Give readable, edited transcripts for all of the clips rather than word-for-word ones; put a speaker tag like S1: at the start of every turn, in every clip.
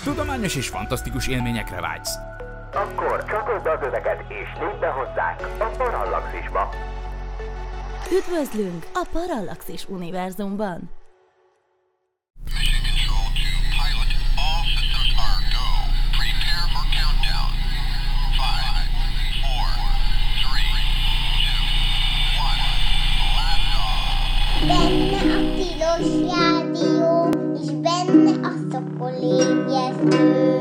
S1: Tudományos és fantasztikus élményekre vágysz?
S2: Akkor csatold az öveket és lépj be hozzánk a Parallaxisba!
S3: Üdvözlünk a Parallaxis univerzumban!
S4: Benne a tilos rádió, és benne a szokolébresztő.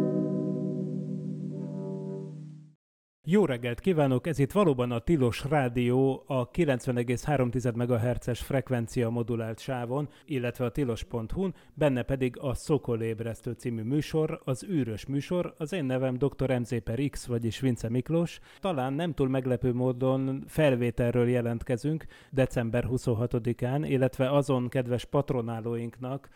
S5: Jó reggelt kívánok! Ez itt valóban a Tilos Rádió a 90,3 MHz-es frekvencia modulált sávon, illetve a tilos.hu-n, benne pedig a Szokolébresztő című műsor, az űrös műsor. Az én nevem Dr. MZ/X, vagyis Vince Miklós. Talán nem túl meglepő módon felvételről jelentkezünk december 26-án, illetve azon kedves patronálóinknak,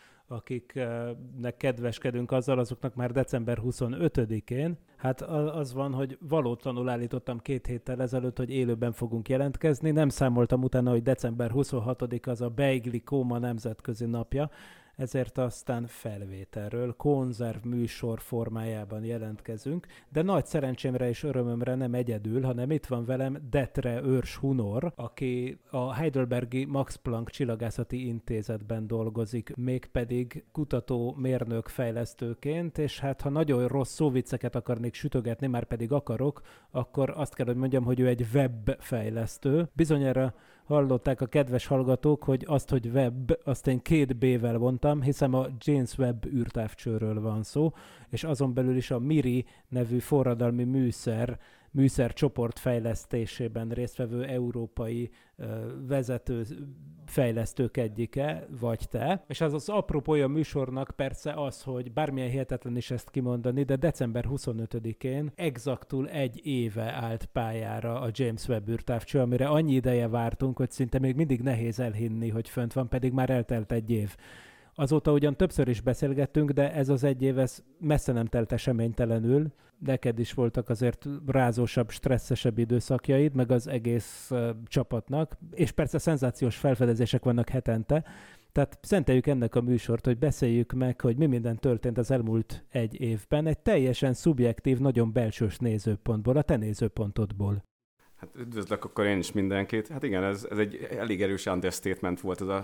S5: akiknek kedveskedünk azzal, azoknak már december 25-én. Hát az van, hogy valótlanul állítottam 2 héttel ezelőtt, hogy élőben fogunk jelentkezni. Nem számoltam utána, hogy december 26-a az a Beigli Kóma nemzetközi napja, ezért aztán felvételről, konzerv műsor formájában jelentkezünk, de nagy szerencsémre és örömömre nem egyedül, hanem itt van velem Detre Őrs Hunor, aki a Heidelbergi Max Planck Csillagászati Intézetben dolgozik, mégpedig kutató, mérnök, fejlesztőként, és hát ha nagyon rossz szóvicceket akarnék sütögetni, már pedig akarok, akkor azt kell, hogy mondjam, hogy ő egy webfejlesztő. Bizonyára hallották a kedves hallgatók, hogy azt, hogy web, azt én 2 B-vel vontam, hiszen a James Webb űrtávcsőről van szó, és azon belül is a MIRI nevű forradalmi műszercsoport fejlesztésében résztvevő európai vezető fejlesztők egyike, vagy te. És az apropója műsornak persze az, hogy bármilyen hihetetlen is ezt kimondani, de december 25-én exaktul 1 éve állt pályára a James Webb űrtávcső, amire annyi ideje vártunk, hogy szinte még mindig nehéz elhinni, hogy fönt van, pedig már eltelt 1 év. Azóta ugyan többször is beszélgettünk, de ez az 1 év ez messze nem telt eseménytelenül. Neked is voltak azért rázósabb, stresszesebb időszakjaid, meg az egész csapatnak, és persze szenzációs felfedezések vannak hetente. Tehát szenteljük ennek a műsort, hogy beszéljük meg, hogy mi minden történt az elmúlt 1 évben, egy teljesen szubjektív, nagyon belsős nézőpontból, a te nézőpontodból.
S6: Hát üdvözlök akkor én is mindenkit. Hát igen, ez egy elég erős understatement volt ez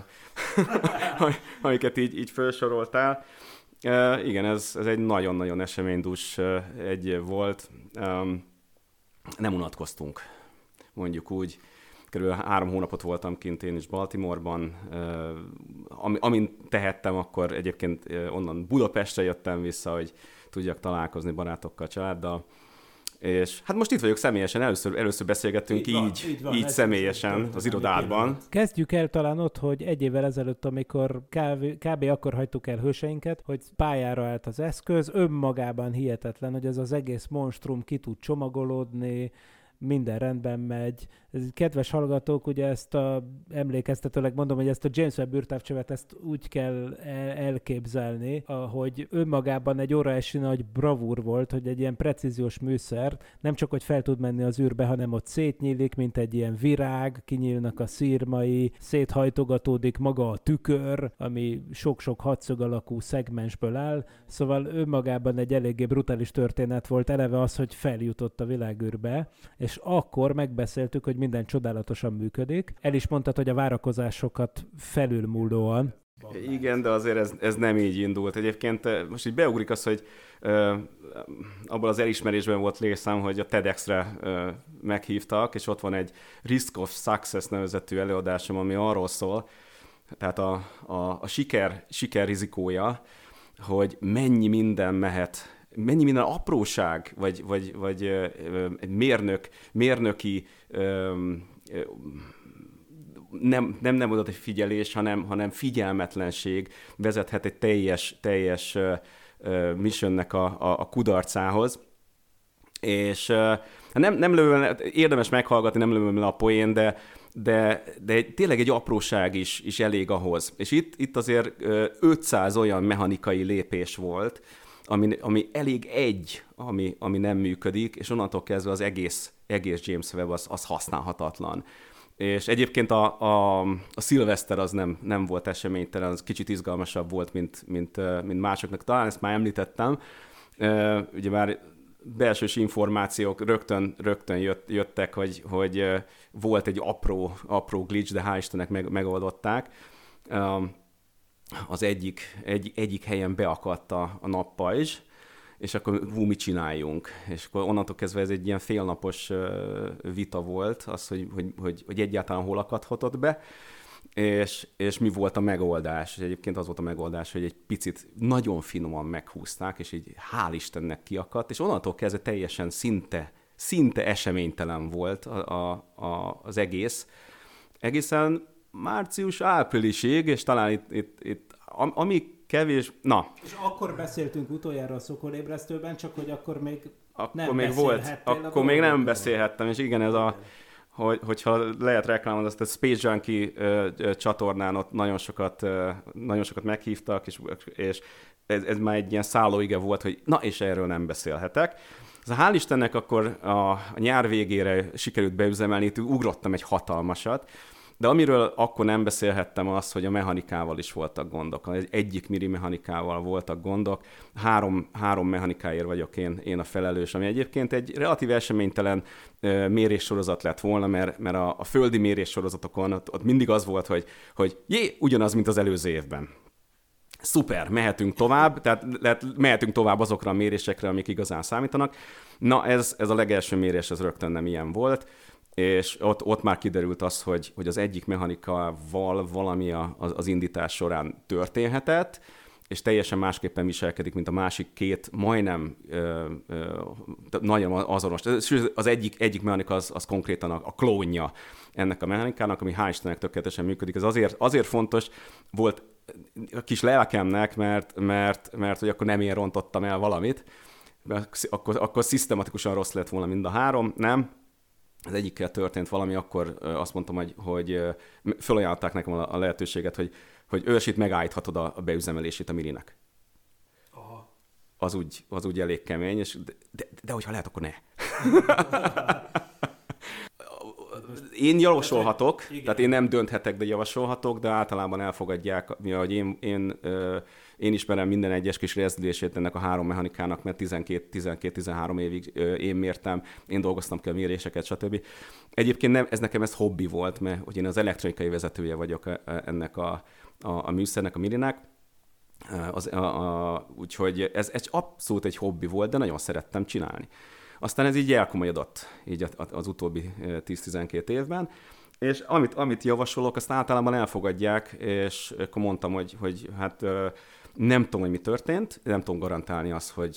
S6: amiket így felsoroltál. Igen, ez egy nagyon-nagyon eseménydús egy év volt. Nem unatkoztunk, mondjuk úgy. Körülbelül 3 hónapot voltam kint én is Baltimoreban. Amint tehettem, akkor egyébként onnan Budapestre jöttem vissza, hogy tudjak találkozni barátokkal, családdal. És hát most itt vagyok személyesen, először beszélgettünk így személyesen az irodádban.
S5: Kezdjük el talán ott, hogy 1 évvel ezelőtt, amikor kb. Akkor hagytuk el hőseinket, hogy pályára állt az eszköz, önmagában hihetetlen, hogy ez az egész monstrum ki tud csomagolódni, minden rendben megy. Kedves hallgatók, ugye emlékeztetőleg mondom, hogy ezt a James Webb űrtávcsövet ezt úgy kell elképzelni, hogy önmagában egy óraesi nagy bravúr volt, hogy egy ilyen precíziós műszer nem csak, hogy fel tud menni az űrbe, hanem ott szétnyílik, mint egy ilyen virág, kinyílnak a szírmai, széthajtogatódik maga a tükör, ami sok-sok hatszög alakú szegmensből áll. Szóval önmagában egy eléggé brutális történet volt, eleve az, hogy feljutott a világűrbe, és akkor megbeszéltük, hogy minden csodálatosan működik. El is mondtad, hogy a várakozásokat felülmúlóan.
S6: Igen, de azért ez nem így indult. Egyébként most így beugrik az, hogy abból az elismerésben volt részem, hogy a TEDx-re meghívtak, és ott van egy Risk of Success nevezetű előadásom, ami arról szól, tehát a siker rizikója, hogy mennyi minden apróság, vagy egy mérnöki nem oda egy figyelés, hanem figyelmetlenség vezethet egy teljes missionnek a kudarcához. És nem lövöm, érdemes meghallgatni, nem lövöm le a poén, de tényleg egy apróság is elég ahhoz. És itt azért 500 olyan mechanikai lépés volt, ami elég ami nem működik, és onnantól kezdve az egész James Webb az használhatatlan. És egyébként a szilveszter az nem volt eseménytelen, az kicsit izgalmasabb volt, mint másoknak. Talán ezt már említettem. Ugye már belsős információk rögtön jöttek, hogy volt egy apró glitch, de hál' Istennek megoldották. Az egyik helyen beakadt a nappajzs, és akkor mit csináljunk? És akkor onnantól kezdve ez egy ilyen félnapos vita volt, az, hogy egyáltalán hol akadhatott be, és mi volt a megoldás. És egyébként az volt a megoldás, hogy egy picit nagyon finoman meghúzták, és így hál' Istennek kiakadt, és onnantól kezdve teljesen szinte eseménytelen volt az egész. Egészen március-áprilisig, és talán itt ami kevés... Na.
S5: És akkor beszéltünk utoljára a Szokolébresztőben, csak hogy akkor még
S6: Akkor még nem beszélhettem, és igen, ez hogyha lehet reklámozni, azt a Space Junkie csatornán ott nagyon sokat meghívtak, és ez már egy ilyen szállóige volt, hogy na, és erről nem beszélhetek. Hál' Istennek akkor a nyár végére sikerült beüzemelni, ugrottam egy hatalmasat, de amiről akkor nem beszélhettem az, hogy a mechanikával is voltak gondok. Egyik miri mechanikával voltak gondok. Három mechanikáért vagyok én a felelős, ami egyébként egy relatív eseménytelen méréssorozat lett volna, mert a földi méréssorozatokon ott mindig az volt, hogy ugyanaz, mint az előző évben. Szuper, mehetünk tovább, tehát mehetünk tovább azokra a mérésekre, amik igazán számítanak. Na, ez a legelső mérés, ez rögtön nem ilyen volt, és ott már kiderült az, hogy az egyik mechanikával valami az indítás során történhetett, és teljesen másképpen viselkedik, mint a másik két, majdnem nagyon azonos. Az egyik mechanika az konkrétan a klónja ennek a mechanikának, ami hál' Istennek tökéletesen működik. Ez azért fontos volt a kis lelkemnek, mert hogy akkor nem én rontottam el valamit, akkor szisztematikusan rossz lett volna mind a három, nem? Az egyikkel történt valami, akkor azt mondtam, hogy felajánlották nekem a lehetőséget, hogy ősít megállíthatod a beüzemelését a mirinek. Aha. Az úgy elég kemény, és de hogyha lehet, akkor ne. Én javasolhatok, tehát én nem dönthetek, de javasolhatok, de általában elfogadják, mivel én ismerem minden egyes kis rezdülését ennek a három mechanikának, mert 12-13 évig én mértem, én dolgoztam ki a méréseket, stb. Egyébként nekem ez hobbi volt, mert hogy én az elektronikai vezetője vagyok ennek a műszernek, a mirinek, úgyhogy ez abszolút egy hobbi volt, de nagyon szerettem csinálni. Aztán ez így elkomolyodott így az utóbbi 10-12 évben, és amit javasolok, azt általában elfogadják, és akkor mondtam, hogy hát nem tudom, hogy mi történt, nem tudom garantálni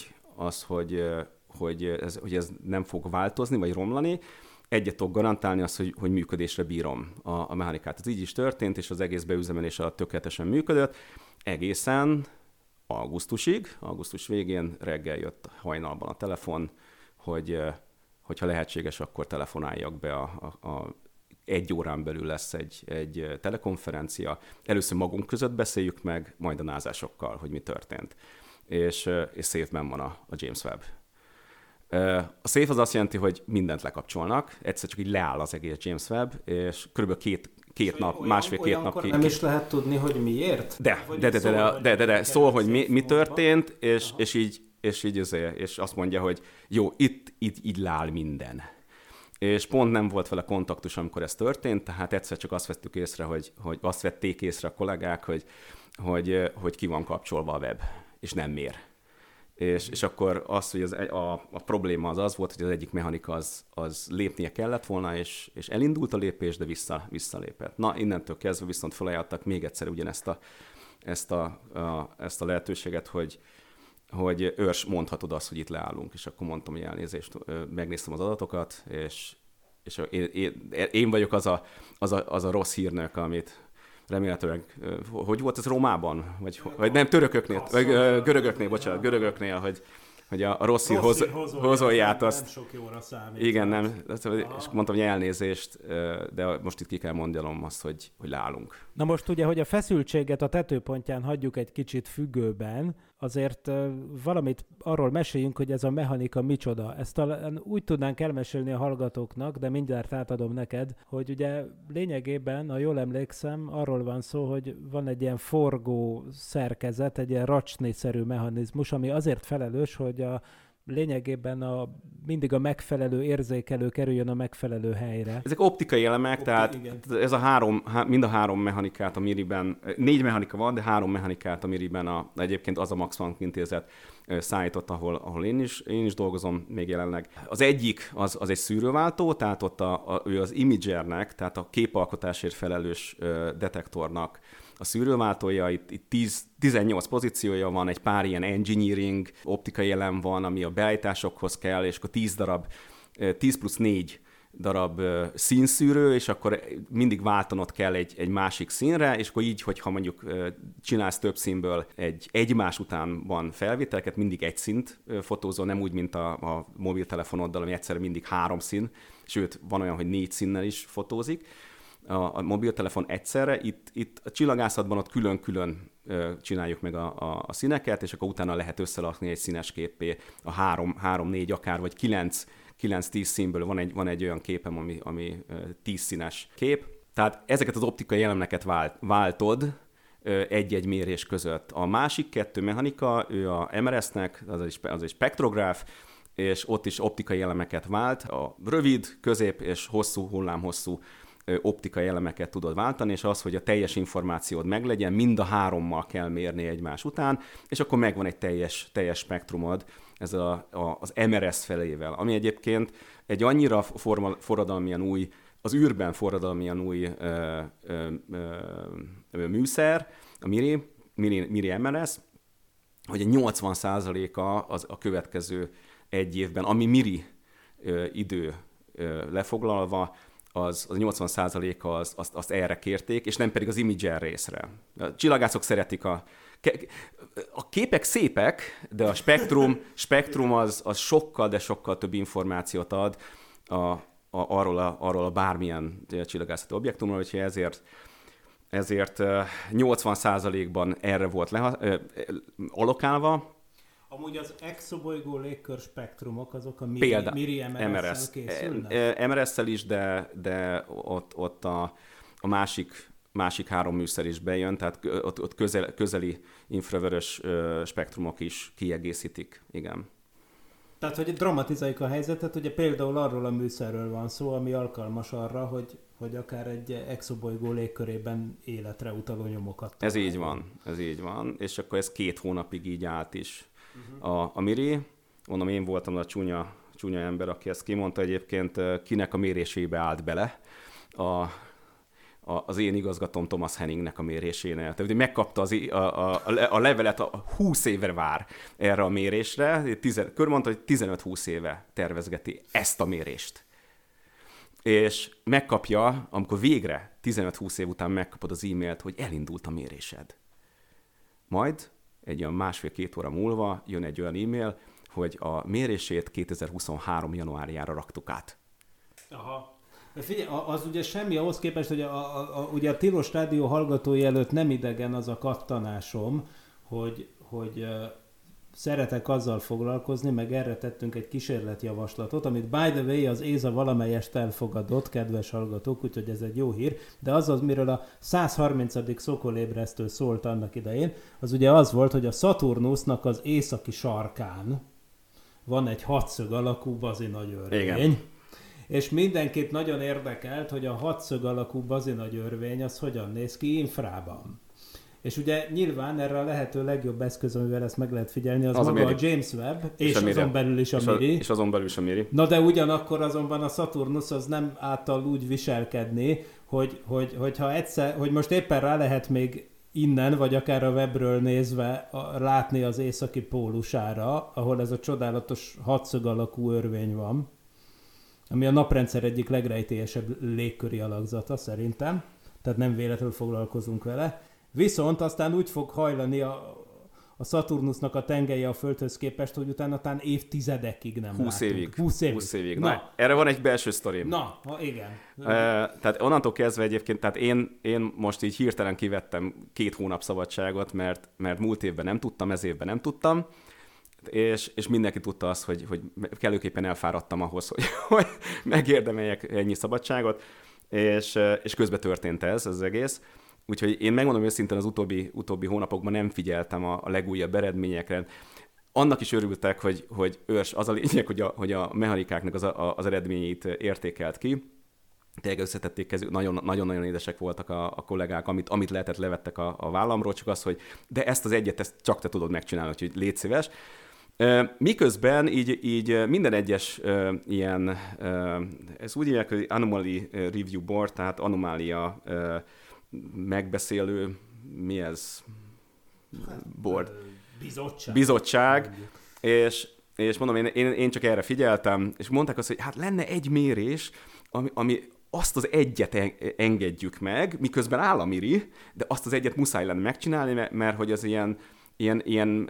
S6: hogy ez nem fog változni, vagy romlani. Egyet tudok garantálni azt, hogy működésre bírom a mechanikát. Ez így is történt, és az egész beüzemelés alatt tökéletesen működött, egészen augusztus végén reggel jött hajnalban a telefon, hogyha lehetséges, akkor telefonáljak be egy órán belül lesz egy telekonferencia. Először magunk között beszéljük meg, majd a názásokkal, hogy mi történt. És safe-ben van a James Webb. A safe az azt jelenti, hogy mindent lekapcsolnak, egyszer csak így leáll az egész James Webb, és körülbelül másfél-két nap...
S5: Nem is lehet tudni, hogy miért?
S6: De szól, hogy mi történt, és azt mondja, hogy jó, itt így leáll minden. És pont nem volt vele kontaktus, amikor ez történt, tehát egyszer csak azt vettük észre, hogy azt vették észre a kollégák, hogy ki van kapcsolva a web, és nem mér. És akkor az, hogy a probléma az volt, hogy az egyik mechanika az lépnie kellett volna, és elindult a lépés, de visszalépett. Na, innentől kezdve viszont felajánlottak még egyszer ugyanezt ezt a lehetőséget, hogy őrs, mondhatod azt, hogy itt leállunk, és akkor mondtam, hogy elnézést, megnéztem az adatokat, és én vagyok az a rossz hírnök, amit remélhetőleg, hogy volt ez Rómában? Vagy nem, törököknél, vagy görögöknél, hogy hogy a rossz hír hozóját
S5: nem sok jóra számít.
S6: Igen, nem, és mondtam, hogy elnézést, de most itt ki kell mondjanom azt, hogy leállunk.
S5: Na most ugye, hogy a feszültséget a tetőpontján hagyjuk egy kicsit függőben, azért valamit arról meséljünk, hogy ez a mechanika micsoda. Ezt talán úgy tudnánk elmesélni a hallgatóknak, de mindjárt átadom neked, hogy ugye lényegében, ha jól emlékszem, arról van szó, hogy van egy ilyen forgó szerkezet, egy ilyen racsni-szerű mechanizmus, ami azért felelős, hogy lényegében mindig a megfelelő érzékelő kerüljön a megfelelő helyre.
S6: Ezek optikai elemek, tehát ez mind a három mechanikát a Miriben, 4 mechanika van, de 3 mechanikát a Miriben egyébként az a Max Planck Intézet szállított, ahol én is dolgozom még jelenleg. Az egyik az egy szűrőváltó, tehát ott ő az imagernek, tehát a képalkotásért felelős detektornak a szűrőváltója, itt 18 pozíciója van, egy pár ilyen engineering, optikai elem van, ami a beállításokhoz kell, és akkor 10 plusz 4 darab színszűrő, és akkor mindig váltanod kell egy másik színre, és akkor így, hogyha mondjuk csinálsz több színből egymás után van felvételeket, mindig egy színt fotózol, nem úgy, mint a mobiltelefonoddal, ami egyszerre mindig 3 szín, sőt, van olyan, hogy 4 színnel is fotózik. A mobiltelefon egyszerre, itt a csillagászatban ott külön-külön csináljuk meg a színeket, és akkor utána lehet összerakni egy színes képpé a 3-4 akár, vagy 9-10 színből van egy olyan képem, ami 10 színes kép. Tehát ezeket az optikai elemeket váltod egy-egy mérés között. A másik 2 mechanika, ő a MRS-nek, az egy spektrográf, és ott is optikai elemeket vált. A rövid, közép és hosszú, hullámhosszú optikai elemeket tudod váltani, és az, hogy a teljes információd meglegyen, mind a 3-mal kell mérni egymás után, és akkor megvan egy teljes spektrumod, ez az MRS felével, ami egyébként egy annyira forradalmian új, az űrben forradalmian új műszer, a Miri MRS, hogy a 80%-a az a következő egy évben, ami Miri idő lefoglalva, az 80%-a azt erre kérték, és nem pedig az imager részre. A csillagászok szeretik a képek szépek, de a spektrum az sokkal, de sokkal több információt ad arról a bármilyen csillagászati objektumról, úgyhogy ezért 80%-ban erre volt allokálva.
S5: Amúgy az exobolygó légkör spektrumok, azok a Miri MRS-szel készülnek?
S6: MRS-szel is, de ott a másik 3 műszer is bejön, tehát ott közeli infravörös spektrumok is kiegészítik, igen.
S5: Tehát, hogy dramatizáljuk a helyzetet, ugye például arról a műszerről van szó, ami alkalmas arra, hogy akár egy exobolygó légkörében életre utaló nyomokat találunk.
S6: Ez így van, és akkor ez 2 hónapig így állt is. A Miri, mondom, én voltam a csúnya ember, aki ezt kimondta, egyébként kinek a mérésébe állt bele, az én igazgatóm Thomas Henningnek a mérésénél. Tehát megkapta a levelet, 20 éve vár erre a mérésre, mondta, hogy 15-20 éve tervezgeti ezt a mérést. És megkapja, amikor végre 15-20 év után megkapod az e-mailt, hogy elindult a mérésed. Majd egy olyan 1,5-2 óra múlva jön egy olyan e-mail, hogy a mérését 2023. januárjára raktuk át.
S5: Aha. Figyelj, az ugye semmi ahhoz képest, hogy ugye a Tilos Rádió hallgatói előtt nem idegen az a kattanásom, hogy szeretek azzal foglalkozni, meg erre tettünk egy kísérletjavaslatot, amit by the way az ÉSA valamelyest elfogadott, kedves hallgatók, úgyhogy ez egy jó hír, de az, miről a 130. szokolébresztő szólt annak idején, az ugye az volt, hogy a Szaturnusznak az északi sarkán van egy 6 alakú bazinagy örvény. Igen. És mindenkit nagyon érdekelt, hogy a 6 alakú bazinagy örvény az hogyan néz ki infrában. És ugye nyilván erre a lehető legjobb eszköz, amivel ezt meg lehet figyelni, az maga a James Webb, és azon belül is a Miri.
S6: És azon belül is a Miri.
S5: Na de ugyanakkor azonban a Szaturnusz az nem által úgy viselkedni, hogy most éppen rá lehet még innen, vagy akár a webről nézve látni az északi pólusára, ahol ez a csodálatos 6 alakú örvény van, ami a naprendszer egyik legrejtélyesebb légköri alakzata szerintem, tehát nem véletlenül foglalkozunk vele. Viszont aztán úgy fog hajlani a a Saturnusnak a tengelye a Földhöz képest, hogy utána talán évtizedekig nem
S6: 20
S5: látunk.
S6: évig.
S5: 20 évig.
S6: Na, erre van egy belső sztorim.
S5: Na, igen.
S6: Tehát onnantól kezdve egyébként, tehát én most így hirtelen kivettem 2 hónap szabadságot, mert múlt évben nem tudtam, ez évben nem tudtam, és mindenki tudta azt, hogy kellőképpen elfáradtam ahhoz, hogy megérdemeljek ennyi szabadságot, és közben történt ez az egész. Úgyhogy én megmondom őszintén, az utóbbi hónapokban nem figyeltem a legújabb eredményekre. Annak is örültek, hogy őrs, az a lényeg, hogy a mechanikáknak az eredményeit értékelt ki. Tényleg összetették kezük, nagyon-nagyon édesek voltak a kollégák, amit lehetett levettek a vállamról, csak az, hogy de ezt az egyet, ezt csak te tudod megcsinálni, úgyhogy légy szíves. Miközben így minden egyes ilyen, ez úgy hívják, hogy Anomaly Review Board, tehát anomália megbeszélő, mi ez? Board. Bizottság. És mondom, én csak erre figyeltem, és mondták azt, hogy hát lenne egy mérés, ami azt az egyet engedjük meg, miközben áll a miri, de azt az egyet muszáj lenne megcsinálni, mert hogy az ilyen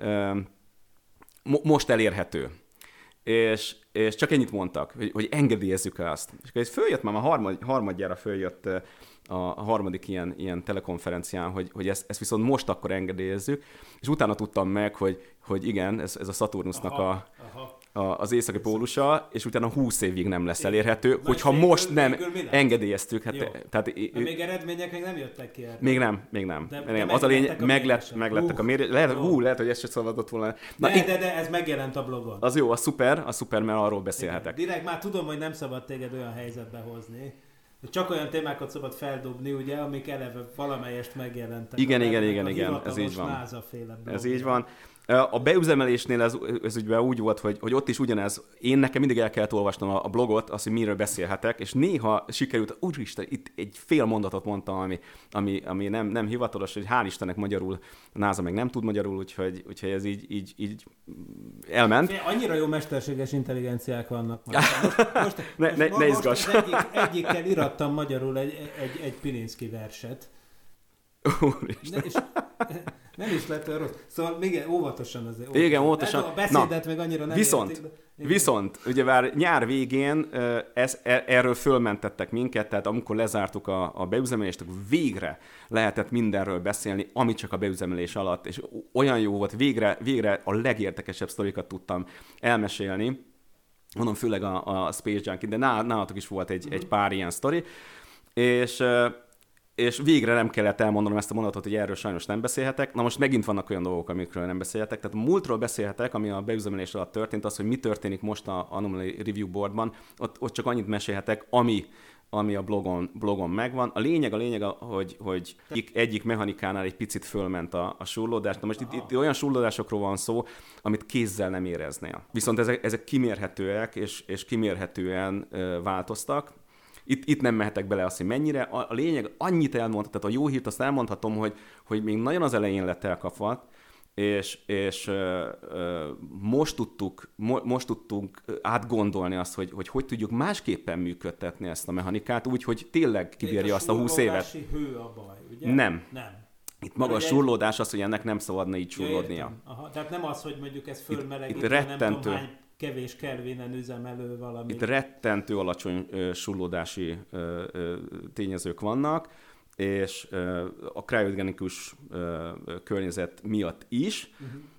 S6: most elérhető. És csak ennyit mondtak, hogy engedélyezzük azt. És akkor ez följött már harmadjára följött a harmadik ilyen telekonferencián, hogy ezt viszont most akkor engedélyezzük, és utána tudtam meg, hogy igen, ez a Saturnusnak az északi pólusa, és utána 20 évig nem lesz elérhető, hogyha most nem engedélyeztük. Tehát,
S5: még eredmények még nem jöttek ki erre.
S6: Még nem. Az a lényeg, meglettek a mérések. Lehet, hogy ezt se szabadott volna.
S5: De ez megjelent a blogon.
S6: Az jó, az szuper, mert arról beszélhetek.
S5: Direkt már tudom, hogy nem szabad téged olyan helyzetbe hozni. Csak olyan témákat szabad feldobni, ugye, amik eleve valamelyest megjelentek.
S6: Igen, ez így van. Ez így van. A beüzemelésnél ez ugye úgy volt, hogy ott is ugyanez, nekem mindig el kellett olvasnom a blogot, azt, hogy miről beszélhetek, és néha sikerült, úristen, itt egy fél mondatot mondtam, ami nem hivatalos, hogy hál' Istennek magyarul, a NASA meg nem tud magyarul, úgyhogy ez így elment.
S5: Annyira jó mesterséges intelligenciák vannak.
S6: Ne izgass.
S5: Egyikkel irattam magyarul egy Pilinszky verset. Nem is lett olyan rossz. Szóval még óvatosan azért.
S6: Igen, óvatosan.
S5: A beszédet meg annyira nem
S6: Viszont, ugye már nyár végén erről fölmentettek minket, tehát amikor lezártuk a beüzemelést, akkor végre lehetett mindenről beszélni, amit csak a beüzemelés alatt, és olyan jó volt, végre a legérdekesebb sztorikat tudtam elmesélni. Mondom, főleg a Space Junkie, de nálatok is volt egy pár ilyen sztori, és végre nem kellett elmondanom ezt a mondatot, hogy erről sajnos nem beszélhetek. Na most megint vannak olyan dolgok, amikről nem beszélhetek. Tehát a múltról beszélhetek, ami a beüzemelés alatt történt, az, hogy mi történik most a Anomaly Review Boardban, ott csak annyit mesélhetek, ami a blogon megvan. A lényeg, hogy egyik mechanikánál egy picit fölment a surlódás. Na most itt olyan surlódásokról van szó, amit kézzel nem éreznél. Viszont ezek kimérhetőek, és kimérhetően változtak. Itt nem mehetek bele azt, hogy mennyire. A lényeg, annyit elmondhatom, tehát a jó hírt azt elmondhatom, hogy még nagyon az elején lett elkapva, és most tudtunk átgondolni azt, hogy tudjuk másképpen működtetni ezt a mechanikát, úgy, hogy tényleg kibírja azt a 20 évet.
S5: Hő a baj, ugye?
S6: Nem. Itt maga a surlódás az, hogy ennek nem szabadna így surlódnia.
S5: Tehát nem az, hogy mondjuk ez fölmelegít,
S6: nem tudom
S5: hány kevés Kelvinen üzemelő valami.
S6: Itt rettentő alacsony surlódási tényezők vannak, és a kriogenikus környezet miatt is,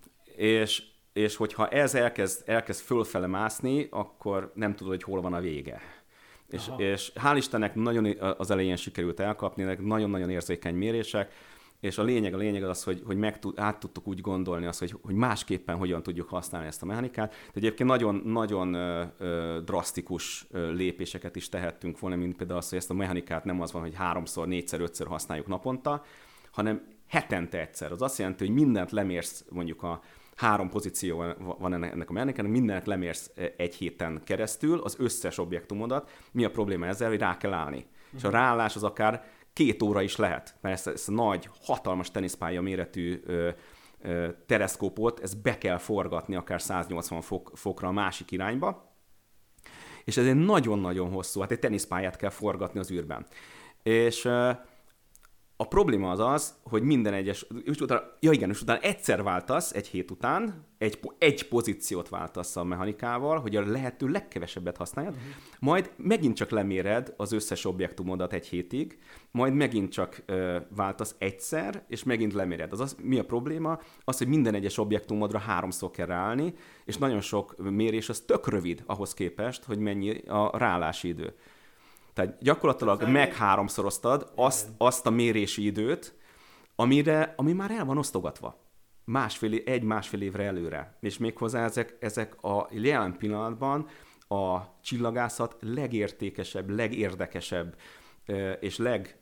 S6: és hogyha ez elkezd fölfele mászni, akkor nem tudod, hogy hol van a vége. És hál' Istennek nagyon az elején sikerült elkapni, nagyon-nagyon érzékeny mérések, és a lényeg az, hogy át tudtuk úgy gondolni azt, hogy másképpen hogyan tudjuk használni ezt a mechanikát. De egyébként nagyon drasztikus lépéseket is tehettünk volna, mint például az, hogy ezt a mechanikát nem az van, hogy 3-szor, 4-szer, 5-ször használjuk naponta, hanem hetente egyszer. Az azt jelenti, hogy mindent lemérsz, mondjuk a 3 pozíció van ennek a mechanikának, mindent lemérsz egy héten keresztül, az összes objektumodat. Mi a probléma ezzel, hogy rá kell állni. És a ráállás az akár 2 óra is lehet, mert ezt a nagy, hatalmas teniszpálya méretű teleszkópot, ezt be kell forgatni akár 180 fokra a másik irányba, és ez egy nagyon-nagyon hosszú, hát egy teniszpályát kell forgatni az űrben. És A probléma az, hogy minden egyes, és utána egyszer váltasz egy hét után, egy pozíciót váltasz a mechanikával, hogy a lehető legkevesebbet használjad, majd megint csak leméred az összes objektumodat egy hétig, majd megint csak váltasz egyszer, és megint leméred. Mi a probléma? Az, hogy minden egyes objektumodra 3-szor kell ráállni, és nagyon sok mérés az tök rövid ahhoz képest, hogy mennyi a ráállási idő. Tehát gyakorlatilag meg 3-szoroztad azt a mérési időt, ami már el van osztogatva. Másfél évre előre. És méghozzá ezek a jelen pillanatban a csillagászat legértékesebb, legérdekesebb és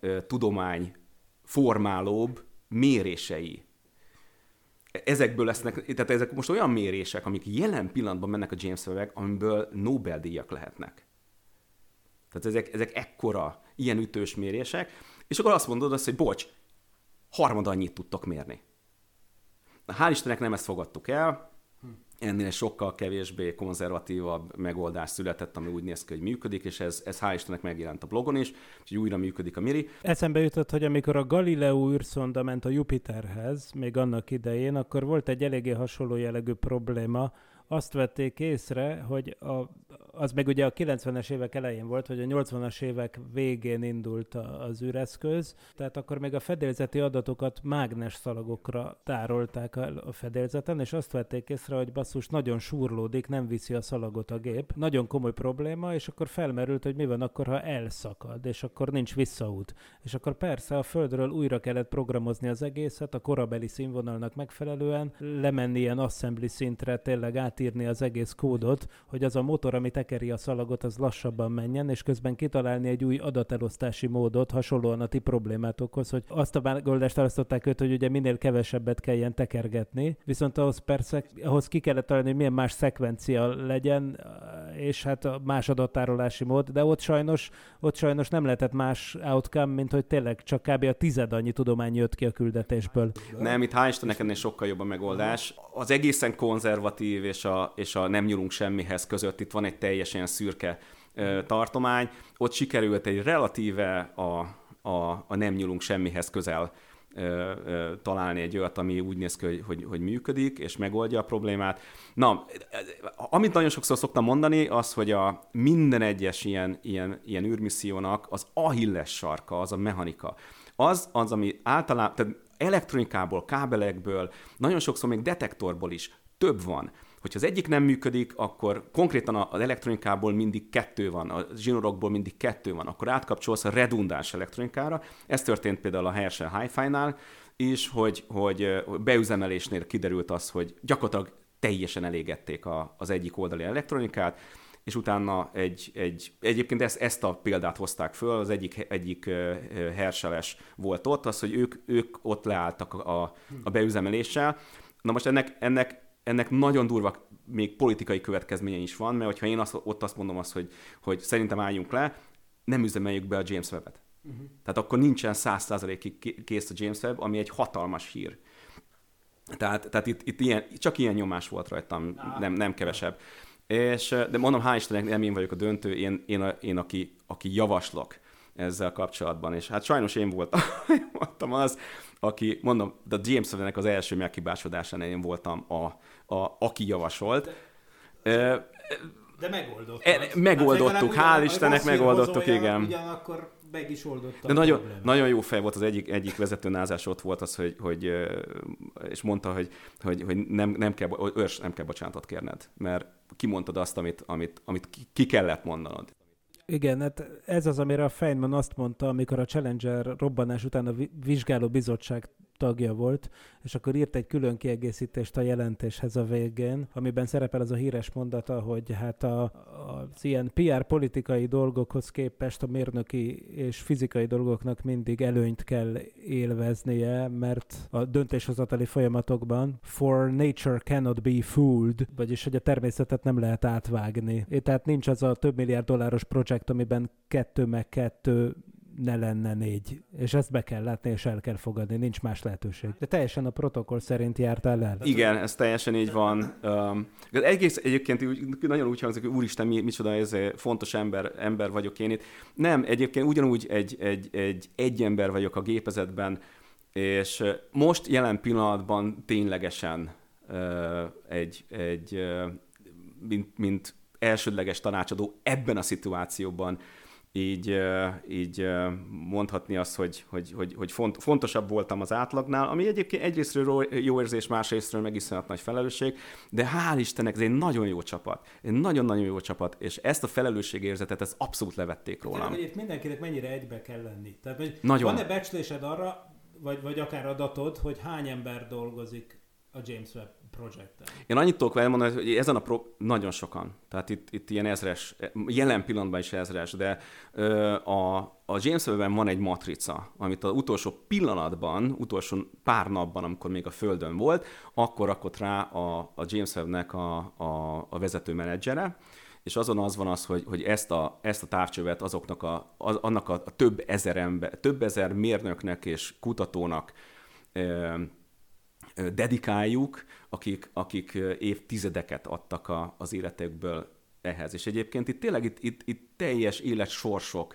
S6: legtudományformálóbb mérései. Ezekből lesznek, tehát ezek most olyan mérések, amik jelen pillanatban mennek a James Webb-ek, amiből Nobel-díjak lehetnek. Tehát ezek ekkora, ilyen ütős mérések, és akkor azt mondod azt, hogy bocs, harmad annyit tudtok mérni. Hál' Istennek nem ezt fogadtuk el, ennél sokkal kevésbé konzervatívabb megoldás született, ami úgy néz ki, hogy működik, és ez hál' Istennek megjelent a blogon is, úgyhogy újra működik a Miri.
S5: Eszembe jutott, hogy amikor a Galileo űrszonda ment a Jupiterhez, még annak idején, akkor volt egy eléggé hasonló jellegű probléma. Azt vették észre, hogy az meg ugye a 90-es évek elején volt, vagy a 80-as évek végén indult az űreszköz, tehát akkor még a fedélzeti adatokat mágnes szalagokra tárolták a fedélzeten, és azt vették észre, hogy basszus, nagyon súrlódik, nem viszi a szalagot a gép. Nagyon komoly probléma, és akkor felmerült, hogy mi van akkor, ha elszakad, és akkor nincs visszaút. És akkor persze a Földről újra kellett programozni az egészet, a korabeli színvonalnak megfelelően, lemenni ilyen assembly szintre, tényleg átírni az egész kódot, hogy az a motor, ami tekeri a szalagot, az lassabban menjen, és közben kitalálni egy új adatelosztási módot, hasonlóan a ti problémátokhoz, hogy azt a megoldást választották őt, hogy ugye minél kevesebbet kelljen tekergetni, viszont ahhoz ki kellett találni, hogy milyen más szekvencia legyen, és hát a más adattárolási mód, de ott sajnos nem lehetett más outcome, mint hogy tényleg csak kb. A 10 annyi tudomány jött ki a küldetésből.
S6: Nem, itt hál' Istennek ennél sokkal jobb a megoldás. Az egészen konzervatív és a nem nyúlunk semmihez között itt van egy teljesen szürke tartomány. Ott sikerült egy relatíve a nem nyúlunk semmihez közel találni egy olyat, ami úgy néz ki, hogy működik, és megoldja a problémát. Na, amit nagyon sokszor szoktam mondani, az, hogy a minden egyes ilyen űrmissziónak az Achilles sarka, az a mechanika. Az, ami általában, tehát elektronikából, kábelekből, nagyon sokszor még detektorból is több van. Hogyha az egyik nem működik, akkor konkrétan az elektronikából mindig 2 van, a zsinórokból mindig 2 van, akkor átkapcsolsz a redundáns elektronikára. Ez történt például a Herschel Hi-Fi-nál is, hogy beüzemelésnél kiderült az, hogy gyakorlatilag teljesen elégették az egyik oldali elektronikát, és utána egyébként ezt a példát hozták föl, az egyik Herscheles volt ott, az, hogy ők ott leálltak a beüzemeléssel. Na most ennek nagyon durva még politikai következménye is van, mert hogyha én ott azt mondom hogy szerintem álljunk le, nem üzemeljük be a James Webb-et. Tehát akkor nincsen 100%-ig kész a James Webb, ami egy hatalmas hír. Tehát itt csak ilyen nyomás volt rajtam, nem kevesebb. De mondom, hál' Istennek nem én vagyok a döntő, én aki javaslok ezzel kapcsolatban. És hát sajnos én voltam az, aki, mondom, de a James Webb-nek az első meghibásodásán én voltam aki javasolt.
S5: De megoldottuk.
S6: Megoldottuk, hál' Istennek megoldottuk, igen.
S5: Ugyanakkor meg is oldotta.
S6: De nagyon jó fej volt, az egyik vezető názás ott volt az, hogy és mondta, hogy nem kell bocsánatot kérned, mert kimondtad azt, amit ki kellett mondanod.
S5: Igen, hát ez az, amire a Feynman azt mondta, amikor a Challenger robbanás után a vizsgáló bizottság tagja volt, és akkor írt egy külön kiegészítést a jelentéshez a végén, amiben szerepel az a híres mondata, hogy hát az ilyen PR politikai dolgokhoz képest a mérnöki és fizikai dolgoknak mindig előnyt kell élveznie, mert a döntéshozatali folyamatokban for nature cannot be fooled, vagyis hogy a természetet nem lehet átvágni. Tehát nincs az a több milliárd dolláros projekt, amiben 2 meg 2 ne lenne 4. És ezt be kell látni, és el kell fogadni, nincs más lehetőség. De teljesen a protokoll szerint jártál el.
S6: Igen, ez teljesen így van. Egyébként nagyon úgy hangzik, hogy úristen, micsoda ez fontos ember vagyok én itt. Nem, egyébként ugyanúgy egy ember vagyok a gépezetben, és most jelen pillanatban ténylegesen mint elsődleges tanácsadó ebben a szituációban így mondhatni azt, hogy fontosabb voltam az átlagnál, ami egyébként egyrésztről jó érzés, másrésztről meg iszonyat nagy felelősség, de hál' Istennek ez egy nagyon jó csapat. Egy nagyon-nagyon jó csapat, és ezt a felelősségérzetet ezt abszolút levették rólam.
S5: Itt mindenkinek mennyire egybe kell lenni. Tehát,
S6: van-e
S5: becslésed arra, vagy akár adatod, hogy hány ember dolgozik a James Webb projekten?
S6: Én annyit tudok vele mondani, hogy ezen nagyon sokan. Tehát itt ilyen ezres, jelen pillanatban is ezres, de a James Webb-ben van egy matrica, amit az utolsó pillanatban, utolsó pár napban, amikor még a Földön volt, akkor rakott rá a James Webb-nek a vezető menedzsere, és azon az van az, hogy ezt a távcsövet annak a több ezer mérnöknek és kutatónak dedikáljuk, akik évtizedeket adtak az életekből ehhez. És egyébként itt tényleg itt teljes életsorsokat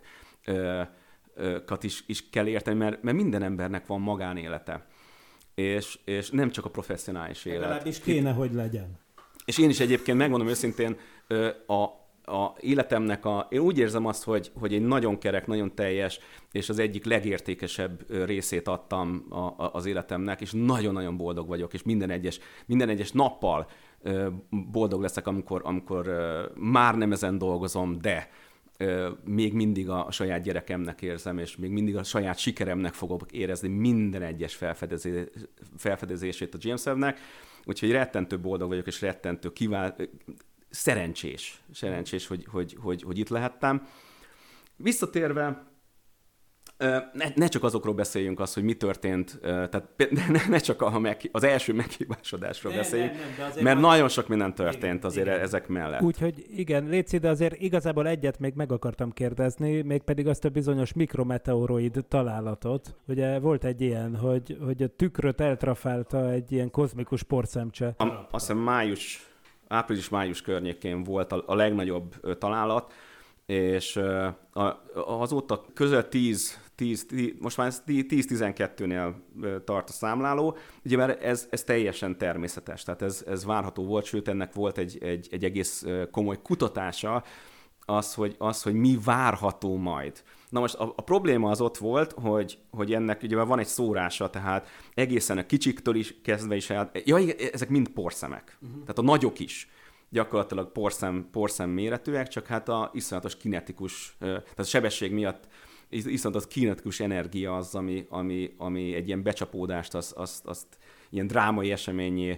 S6: is kell érteni, mert minden embernek van magánélete. És nem csak a professzionális élet.
S5: Legalábbis kéne, hogy legyen.
S6: És én is egyébként megmondom őszintén, a életemnek én úgy érzem azt, hogy egy nagyon kerek, nagyon teljes, és az egyik legértékesebb részét adtam az életemnek, és nagyon-nagyon boldog vagyok, és minden egyes nappal boldog leszek, amikor már nem ezen dolgozom, de még mindig a saját gyerekemnek érzem, és még mindig a saját sikeremnek fogok érezni minden egyes felfedezését a James Webb-nek, úgyhogy rettentő boldog vagyok, és rettentő szerencsés, hogy itt lehettem. Visszatérve, ne csak azokról beszéljünk hogy mi történt, tehát ne csak az első meghívásodásról beszéljünk, mert nagyon sok minden történt azért ezek mellett.
S5: Úgyhogy igen, Léci, de azért igazából egyet még meg akartam kérdezni, mégpedig azt a bizonyos mikrometeoroid találatot. Ugye volt egy ilyen, hogy a tükröt eltrafálta egy ilyen kozmikus porszemcse.
S6: Azt hiszem április-május környékén volt a legnagyobb találat, és azóta közel 10, most már 10-12-nél tart a számláló, ugye mert ez teljesen természetes, tehát ez várható volt, sőt ennek volt egy egész komoly kutatása, hogy mi várható majd. Na most a probléma az ott volt, hogy ennek ugye van egy szórása, tehát egészen a kicsiktől is kezdve is ezek mind porszemek, tehát a nagyok is gyakorlatilag porszem méretűek, csak hát a iszonyatos kinetikus, tehát a sebesség miatt iszonyatos kinetikus energia az, ami egy ilyen becsapódást, azt ilyen drámai eseményé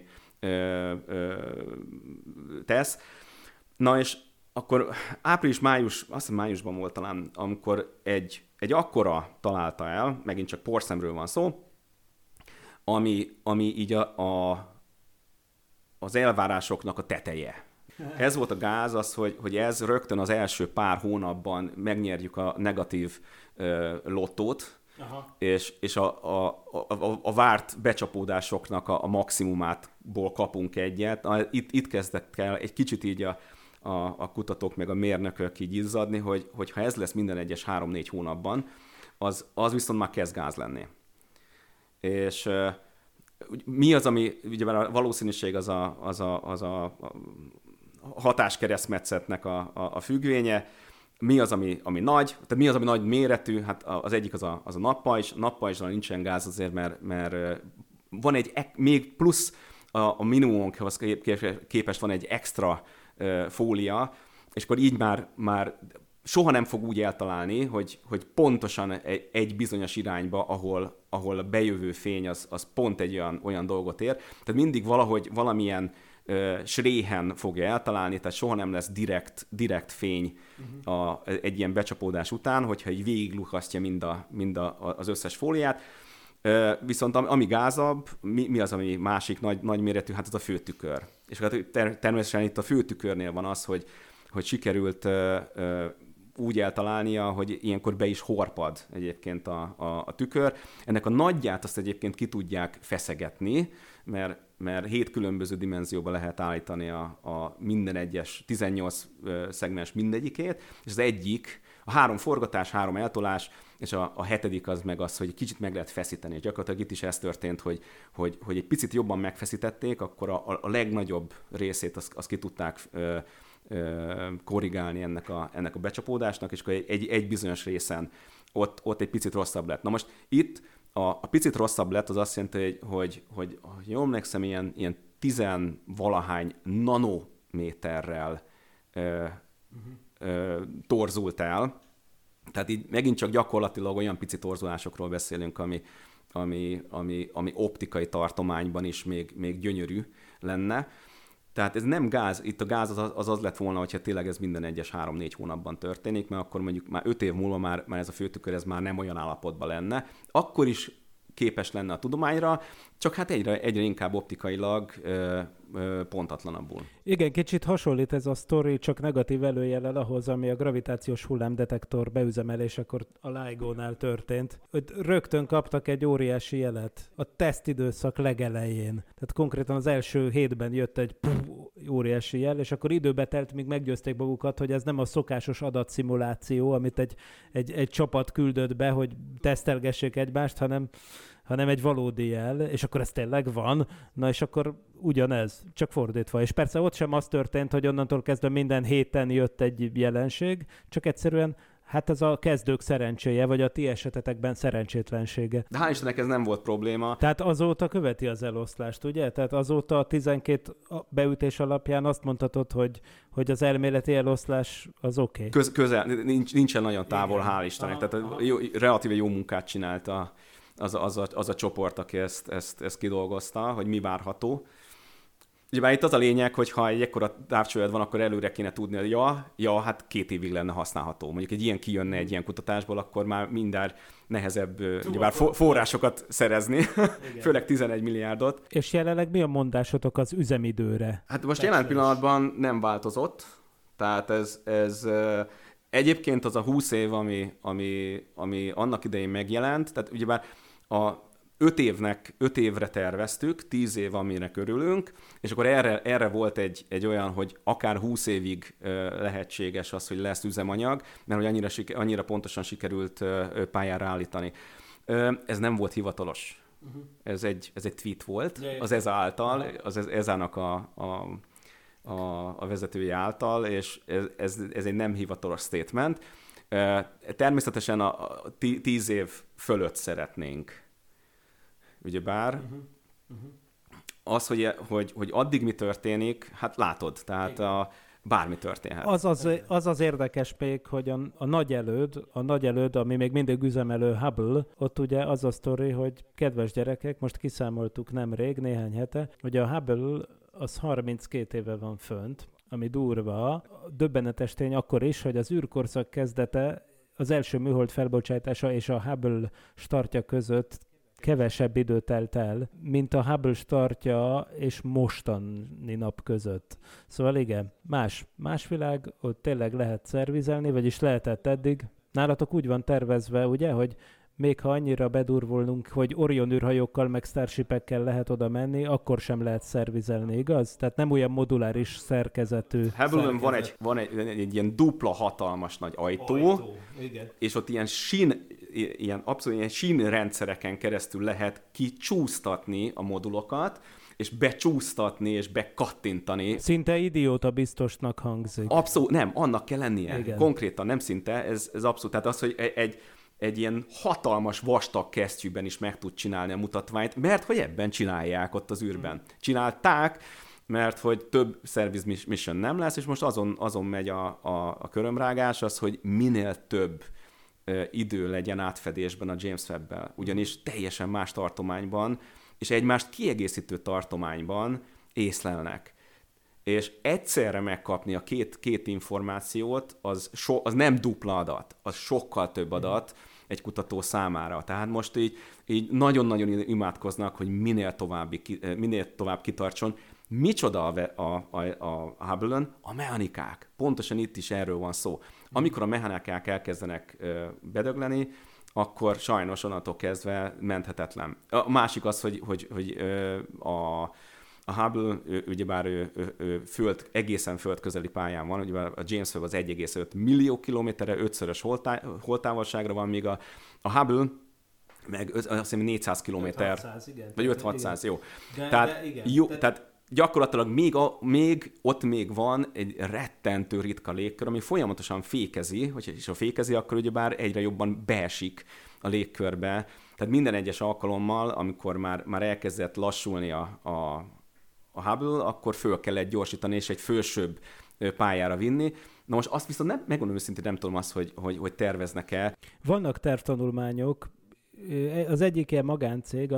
S6: tesz. Na és akkor április-május, azt hiszem májusban volt talán, amikor egy akkora találta el, megint csak porszemről van szó, ami így az elvárásoknak a teteje. Ez volt a gáz, hogy ez rögtön az első pár hónapban megnyerjük a negatív lottót, és a várt becsapódásoknak a maximumátból kapunk egyet. Itt kezdett el egy kicsit így a kutatók meg a mérnökök így izzadni, hogy ha ez lesz minden egyes 3-4 hónapban, az viszont már kezd gáz lenni. És mi az, ami, ugye a valószínűség az a hatáskeresztmetszetnek a függvénye, mi az, ami nagy, tehát mi az, ami nagy méretű, hát az egyik az a nappajzs, nappajzsnál nincsen gáz azért, mert van egy, még plusz a minimumhoz képest van egy extra fólia, és akkor így már soha nem fog úgy eltalálni, hogy pontosan egy bizonyos irányba, ahol a bejövő fény az pont egy olyan dolgot ér. Tehát mindig valamilyen sréhen fogja eltalálni, tehát soha nem lesz direkt fény egy ilyen becsapódás után, hogyha így végiglukasztja mind az összes fóliát. Viszont ami gázabb, mi az, ami másik nagy méretű? Hát az a főtükör. És hát természetesen itt a főtükörnél van az, hogy sikerült úgy eltalálnia, hogy ilyenkor be is horpad egyébként a tükör. Ennek a nagyját azt egyébként ki tudják feszegetni, mert 7 különböző dimenzióba lehet állítani a minden egyes 18 szegmens mindegyikét, és az egyik, a 3 forgatás, 3 eltolás, és a 7. az meg az, hogy kicsit meg lehet feszíteni. És gyakorlatilag itt is ez történt, hogy egy picit jobban megfeszítették, akkor a legnagyobb részét azt ki tudták korrigálni ennek a becsapódásnak, és akkor egy bizonyos részen ott egy picit rosszabb lett. Na most itt a picit rosszabb lett, az azt jelenti, hogy jól emlékszem, ilyen 10-valahány nanométerrel torzult el. Tehát így megint csak gyakorlatilag olyan pici torzulásokról beszélünk, ami optikai tartományban is még gyönyörű lenne. Tehát ez nem gáz, itt a gáz az lett volna, hogyha tényleg ez minden egyes 3-4 hónapban történik, mert akkor mondjuk már 5 év múlva már ez a főtükör ez már nem olyan állapotban lenne. Akkor is képes lenne a tudományra, csak hát egyre inkább optikailag pontatlanabbul.
S5: Igen, kicsit hasonlít ez a sztori, csak negatív előjellel ahhoz, ami a gravitációs hullámdetektor beüzemelésekor a LIGO-nál történt. Hogy rögtön kaptak egy óriási jelet a tesztidőszak legelején. Tehát konkrétan az első hétben jött egy óriási jel, és akkor időbe telt, míg meggyőzték magukat, hogy ez nem a szokásos adatszimuláció, amit egy csapat küldött be, hogy tesztelgessék egymást, hanem egy valódi jel, és akkor ez tényleg van, na és akkor ugyanez, csak fordítva. És persze ott sem az történt, hogy onnantól kezdve minden héten jött egy jelenség, csak egyszerűen hát ez a kezdők szerencséje, vagy a ti esetetekben szerencsétlensége.
S6: De hál' Istennek ez nem volt probléma.
S5: Tehát azóta követi az eloszlást, ugye? Tehát azóta a 12 beütés alapján azt mondhatod, hogy az elméleti eloszlás az oké.
S6: Közel, nincsen nagyon távol, hál' Istennek. Tehát relatíve jó munkát csinált az a csoport, aki ezt kidolgozta, hogy mi várható. Ugye itt az a lényeg, hogy ha egy ekkora távcsőjed van, akkor előre kéne tudni, hogy hát 2 évig lenne használható. Mondjuk egy ilyen kijönne egy ilyen kutatásból, akkor már mindjárt nehezebb forrásokat szerezni, főleg 11 milliárdot.
S5: És jelenleg mi a mondásotok az üzemidőre?
S6: Hát most jelen pillanatban nem változott, tehát ez egyébként az a 20 év, ami annak idején megjelent, tehát ugyebár a 5 évre terveztük, 10 év, amire örülünk, és akkor erre volt egy olyan, hogy akár 20 évig lehetséges az, hogy lesz üzemanyag, mert hogy annyira pontosan sikerült pályára állítani. Ez nem volt hivatalos. Ez egy tweet volt, az ESA által, az ESA-nak a vezetője által, és ez egy nem hivatalos statement. Természetesen a 10 év fölött szeretnénk. Ugyebár az, hogy addig mi történik, hát látod, tehát bármi történhet.
S5: Az érdekes még, hogy a nagy előd, ami még mindig üzemelő Hubble, ott ugye az a sztori, hogy kedves gyerekek, most kiszámoltuk nemrég, néhány hete, hogy a Hubble az 32 éve van fönt, ami durva. Döbbenetes tény akkor is, hogy az űrkorszak kezdete, az első műhold felbocsátása és a Hubble startja között kevesebb idő telt el, mint a Hubble startja és mostani nap között. Szóval igen, más világ, ott tényleg lehet szervizelni, vagyis lehetett eddig. Nálatok úgy van tervezve, ugye, hogy még ha annyira bedurvolnunk, hogy Orion űrhajókkal meg Starshipekkel lehet oda menni, akkor sem lehet szervizelni, igaz? Tehát nem olyan moduláris szerkezetű.
S6: Hubble-ön van egy ilyen dupla hatalmas nagy ajtó igen. És ott abszolút ilyen sínrendszereken keresztül lehet kicsúsztatni a modulokat, és becsúsztatni, és bekattintani.
S5: Szinte idióta biztosnak hangzik.
S6: Abszolút, nem, annak kell lennie.
S5: Igen.
S6: Konkrétan, nem szinte, ez abszolút. Tehát az, hogy egy ilyen hatalmas vastag kesztyűben is meg tud csinálni a mutatványt, mert hogy ebben csinálják ott az űrben. Csinálták, mert hogy több service mission nem lesz, és most azon megy a körömrágás az, hogy minél több idő legyen átfedésben a James Webb-bel. Ugyanis teljesen más tartományban, és egymást kiegészítő tartományban észlelnek. És egyszerre megkapni a két információt, az nem dupla adat, az sokkal több adat egy kutató számára. Tehát most így nagyon-nagyon imádkoznak, hogy minél tovább kitartson. Micsoda a Hubble-ön? A mechanikák. Pontosan itt is erről van szó. Amikor a mechanikák elkezdenek bedögleni, akkor sajnos onnantól kezdve menthetetlen. A másik az, hogy a Hubble, ugyebár ő egészen földközeli pályán van, ugyebár a James Webb az 1,5 millió kilométerre, 5-szörös holtávolságra van, míg a Hubble meg azt hiszem 400 kilométer.
S5: 5-600, igen.
S6: Vagy 5-600, jó.
S5: Igen.
S6: Tehát gyakorlatilag még ott van egy rettentő ritka légkör, ami folyamatosan fékezi, és ha fékezi, akkor ugyebár egyre jobban beesik a légkörbe. Tehát minden egyes alkalommal, amikor már elkezdett lassulni a Hubble, akkor föl kellett gyorsítani, és egy fölsőbb pályára vinni. Na most azt viszont megmondom őszintén, nem tudom azt, hogy terveznek-e.
S5: Vannak tervtanulmányok. Az egyik ilyen magáncég,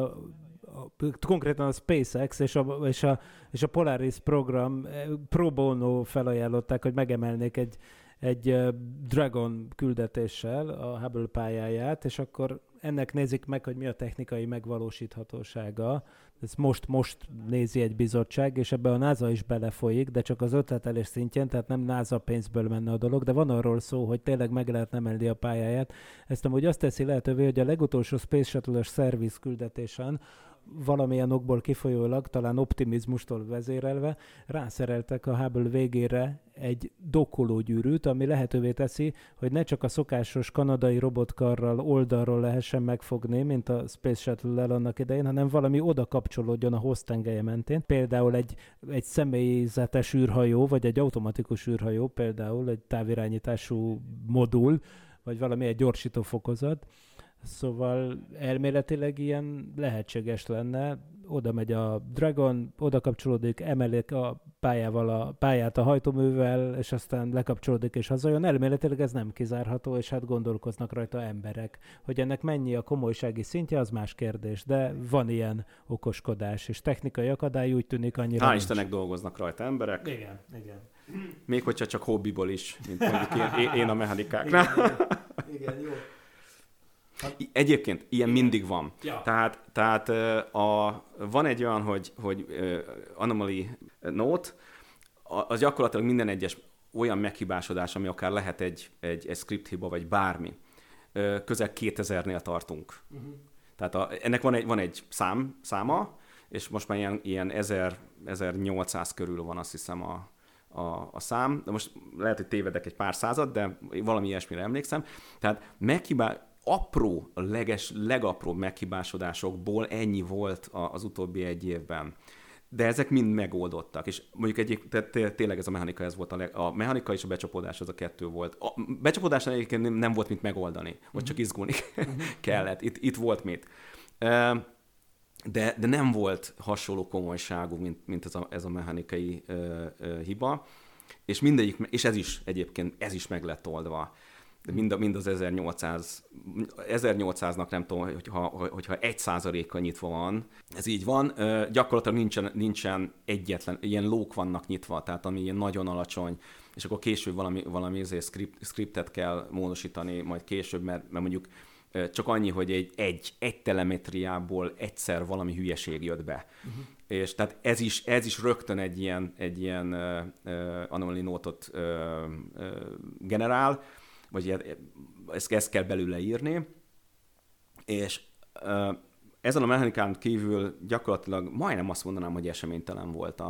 S5: konkrétan a SpaceX és a Polaris program pro bono felajánlották, hogy megemelnék egy Dragon küldetéssel a Hubble pályáját, és akkor ennek nézik meg, hogy mi a technikai megvalósíthatósága. Ez most nézi egy bizottság, és ebbe a NASA is belefolyik, de csak az ötletelés szintjén, tehát nem NASA pénzből menne a dolog, de van arról szó, hogy tényleg meg lehet emelni a pályáját. Ezt amúgy azt teszi lehetővé, hogy a legutolsó Space Shuttle-os szerviz küldetésen valamilyen okból kifolyólag, talán optimizmustól vezérelve, rászereltek a Hubble végére egy dokkológyűrűt, ami lehetővé teszi, hogy ne csak a szokásos kanadai robotkarral oldalról lehessen megfogni, mint a Space Shuttle-lel annak idején, hanem valami oda kapcsolódjon a hoztengelye mentén. Például egy személyzetes űrhajó, vagy egy automatikus űrhajó, például egy távirányítású modul, vagy valami egy gyorsító fokozat. Szóval elméletileg ilyen lehetséges lenne, oda megy a Dragon, oda kapcsolódik, emelik a pályát a hajtóművel, és aztán lekapcsolódik és hazajön. Elméletileg ez nem kizárható, és hát gondolkoznak rajta emberek. Hogy ennek mennyi a komolysági szintje, az más kérdés, de van ilyen okoskodás, és technikai akadály úgy tűnik annyira.
S6: Hál' Istennek dolgoznak rajta emberek.
S5: Igen.
S6: Még hogyha csak hobbiból is, mint mondjuk én a mechanikáknál.
S5: Igen, jó.
S6: Egyébként ilyen mindig van.
S5: Ja.
S6: Tehát van egy olyan, hogy anomaly note, az gyakorlatilag minden egyes olyan meghibásodás, ami akár lehet egy script hiba, vagy bármi. Közel 2000-nél tartunk. Uh-huh. Tehát ennek van egy száma, és most már ilyen 1800 körül van, azt hiszem, a szám. De most lehet, hogy tévedek egy pár század, de valami ilyesmire emlékszem. Tehát apró, legapróbb meghibásodásokból ennyi volt az utóbbi egy évben. De ezek mind megoldottak, és mondjuk tényleg ez a mechanika, ez volt a mechanika és a becsapódás, az a kettő volt. A becsapódásnál egyébként nem volt mit megoldani, vagy csak izgulni kellett. Itt volt mit. De nem volt hasonló komolyságú, mint ez a mechanikai hiba, és mindegyik, és ez is meg lett oldva. De mind az 1800-nak nem tudom, hogyha 1%-kal nyitva van, ez így van, gyakorlatilag nincsen egyetlen, ilyen lók vannak nyitva, tehát ami ilyen nagyon alacsony, és akkor később valami scriptet kell módosítani, majd később, mert mondjuk csak annyi, hogy egy telemetriából egyszer valami hülyeség jött be. Uh-huh. És tehát ez is rögtön egy ilyen anomaly note-ot generál, vagy ezt kell belőle írni, és ezen a mechanikán kívül gyakorlatilag majdnem azt mondanám, hogy eseménytelen volt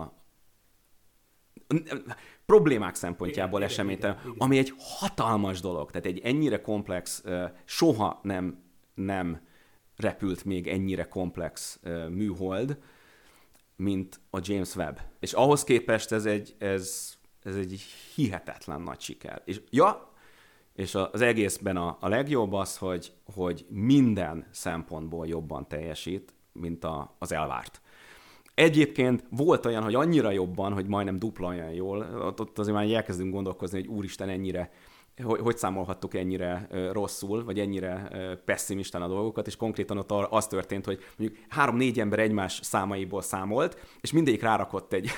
S6: problémák szempontjából eseménytelen, ami egy hatalmas dolog, tehát egy ennyire komplex, soha nem repült még ennyire komplex műhold, mint a James Webb. És ahhoz képest ez egy hihetetlen nagy siker. És az egészben a legjobb az, hogy minden szempontból jobban teljesít, mint az elvárt. Egyébként volt olyan, hogy annyira jobban, hogy majdnem dupla olyan jól, ott azért már elkezdünk gondolkozni, hogy úristen, hogy számolhattuk ennyire rosszul, vagy ennyire pessimistán a dolgokat, és konkrétan ott az történt, hogy mondjuk 3-4 ember egymás számaiból számolt, és mindegyik rárakott egy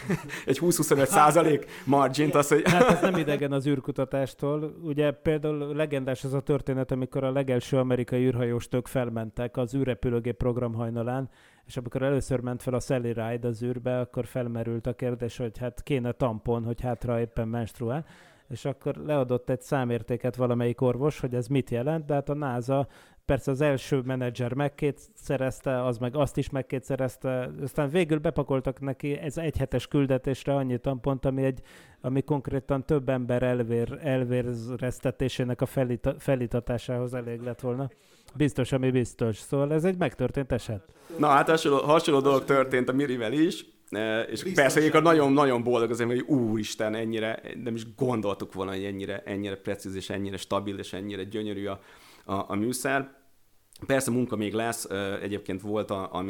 S6: 20-25% margint, az, hogy...
S5: Hát ez nem idegen az űrkutatástól. Ugye például legendás az a történet, amikor a legelső amerikai űrhajóstok felmentek az űrrepülőgép program hajnalán, és amikor először ment fel a Sally Ride az űrbe, akkor felmerült a kérdés, hogy hát kéne tampon, hogy hátra éppen menstruál, és akkor leadott egy számértéket valamelyik orvos, hogy ez mit jelent, de hát a NASA persze az első menedzser megkétszerezte, az meg azt is megkétszerezte, aztán végül bepakoltak neki ez egyhetes küldetésre annyi tampont, ami konkrétan több ember elvéreztetésének a felítatásához elég lett volna. Biztos, ami biztos. Szóval ez egy megtörtént eset.
S6: Na hát hasonló dolog történt a Mirivel is, és biztos, persze egyébként nagyon-nagyon boldog azért, hogy úristen, ennyire, nem is gondoltuk volna, hogy ennyire precíz, és ennyire stabil, és ennyire gyönyörű a műszer. Persze munka még lesz, egyébként volt,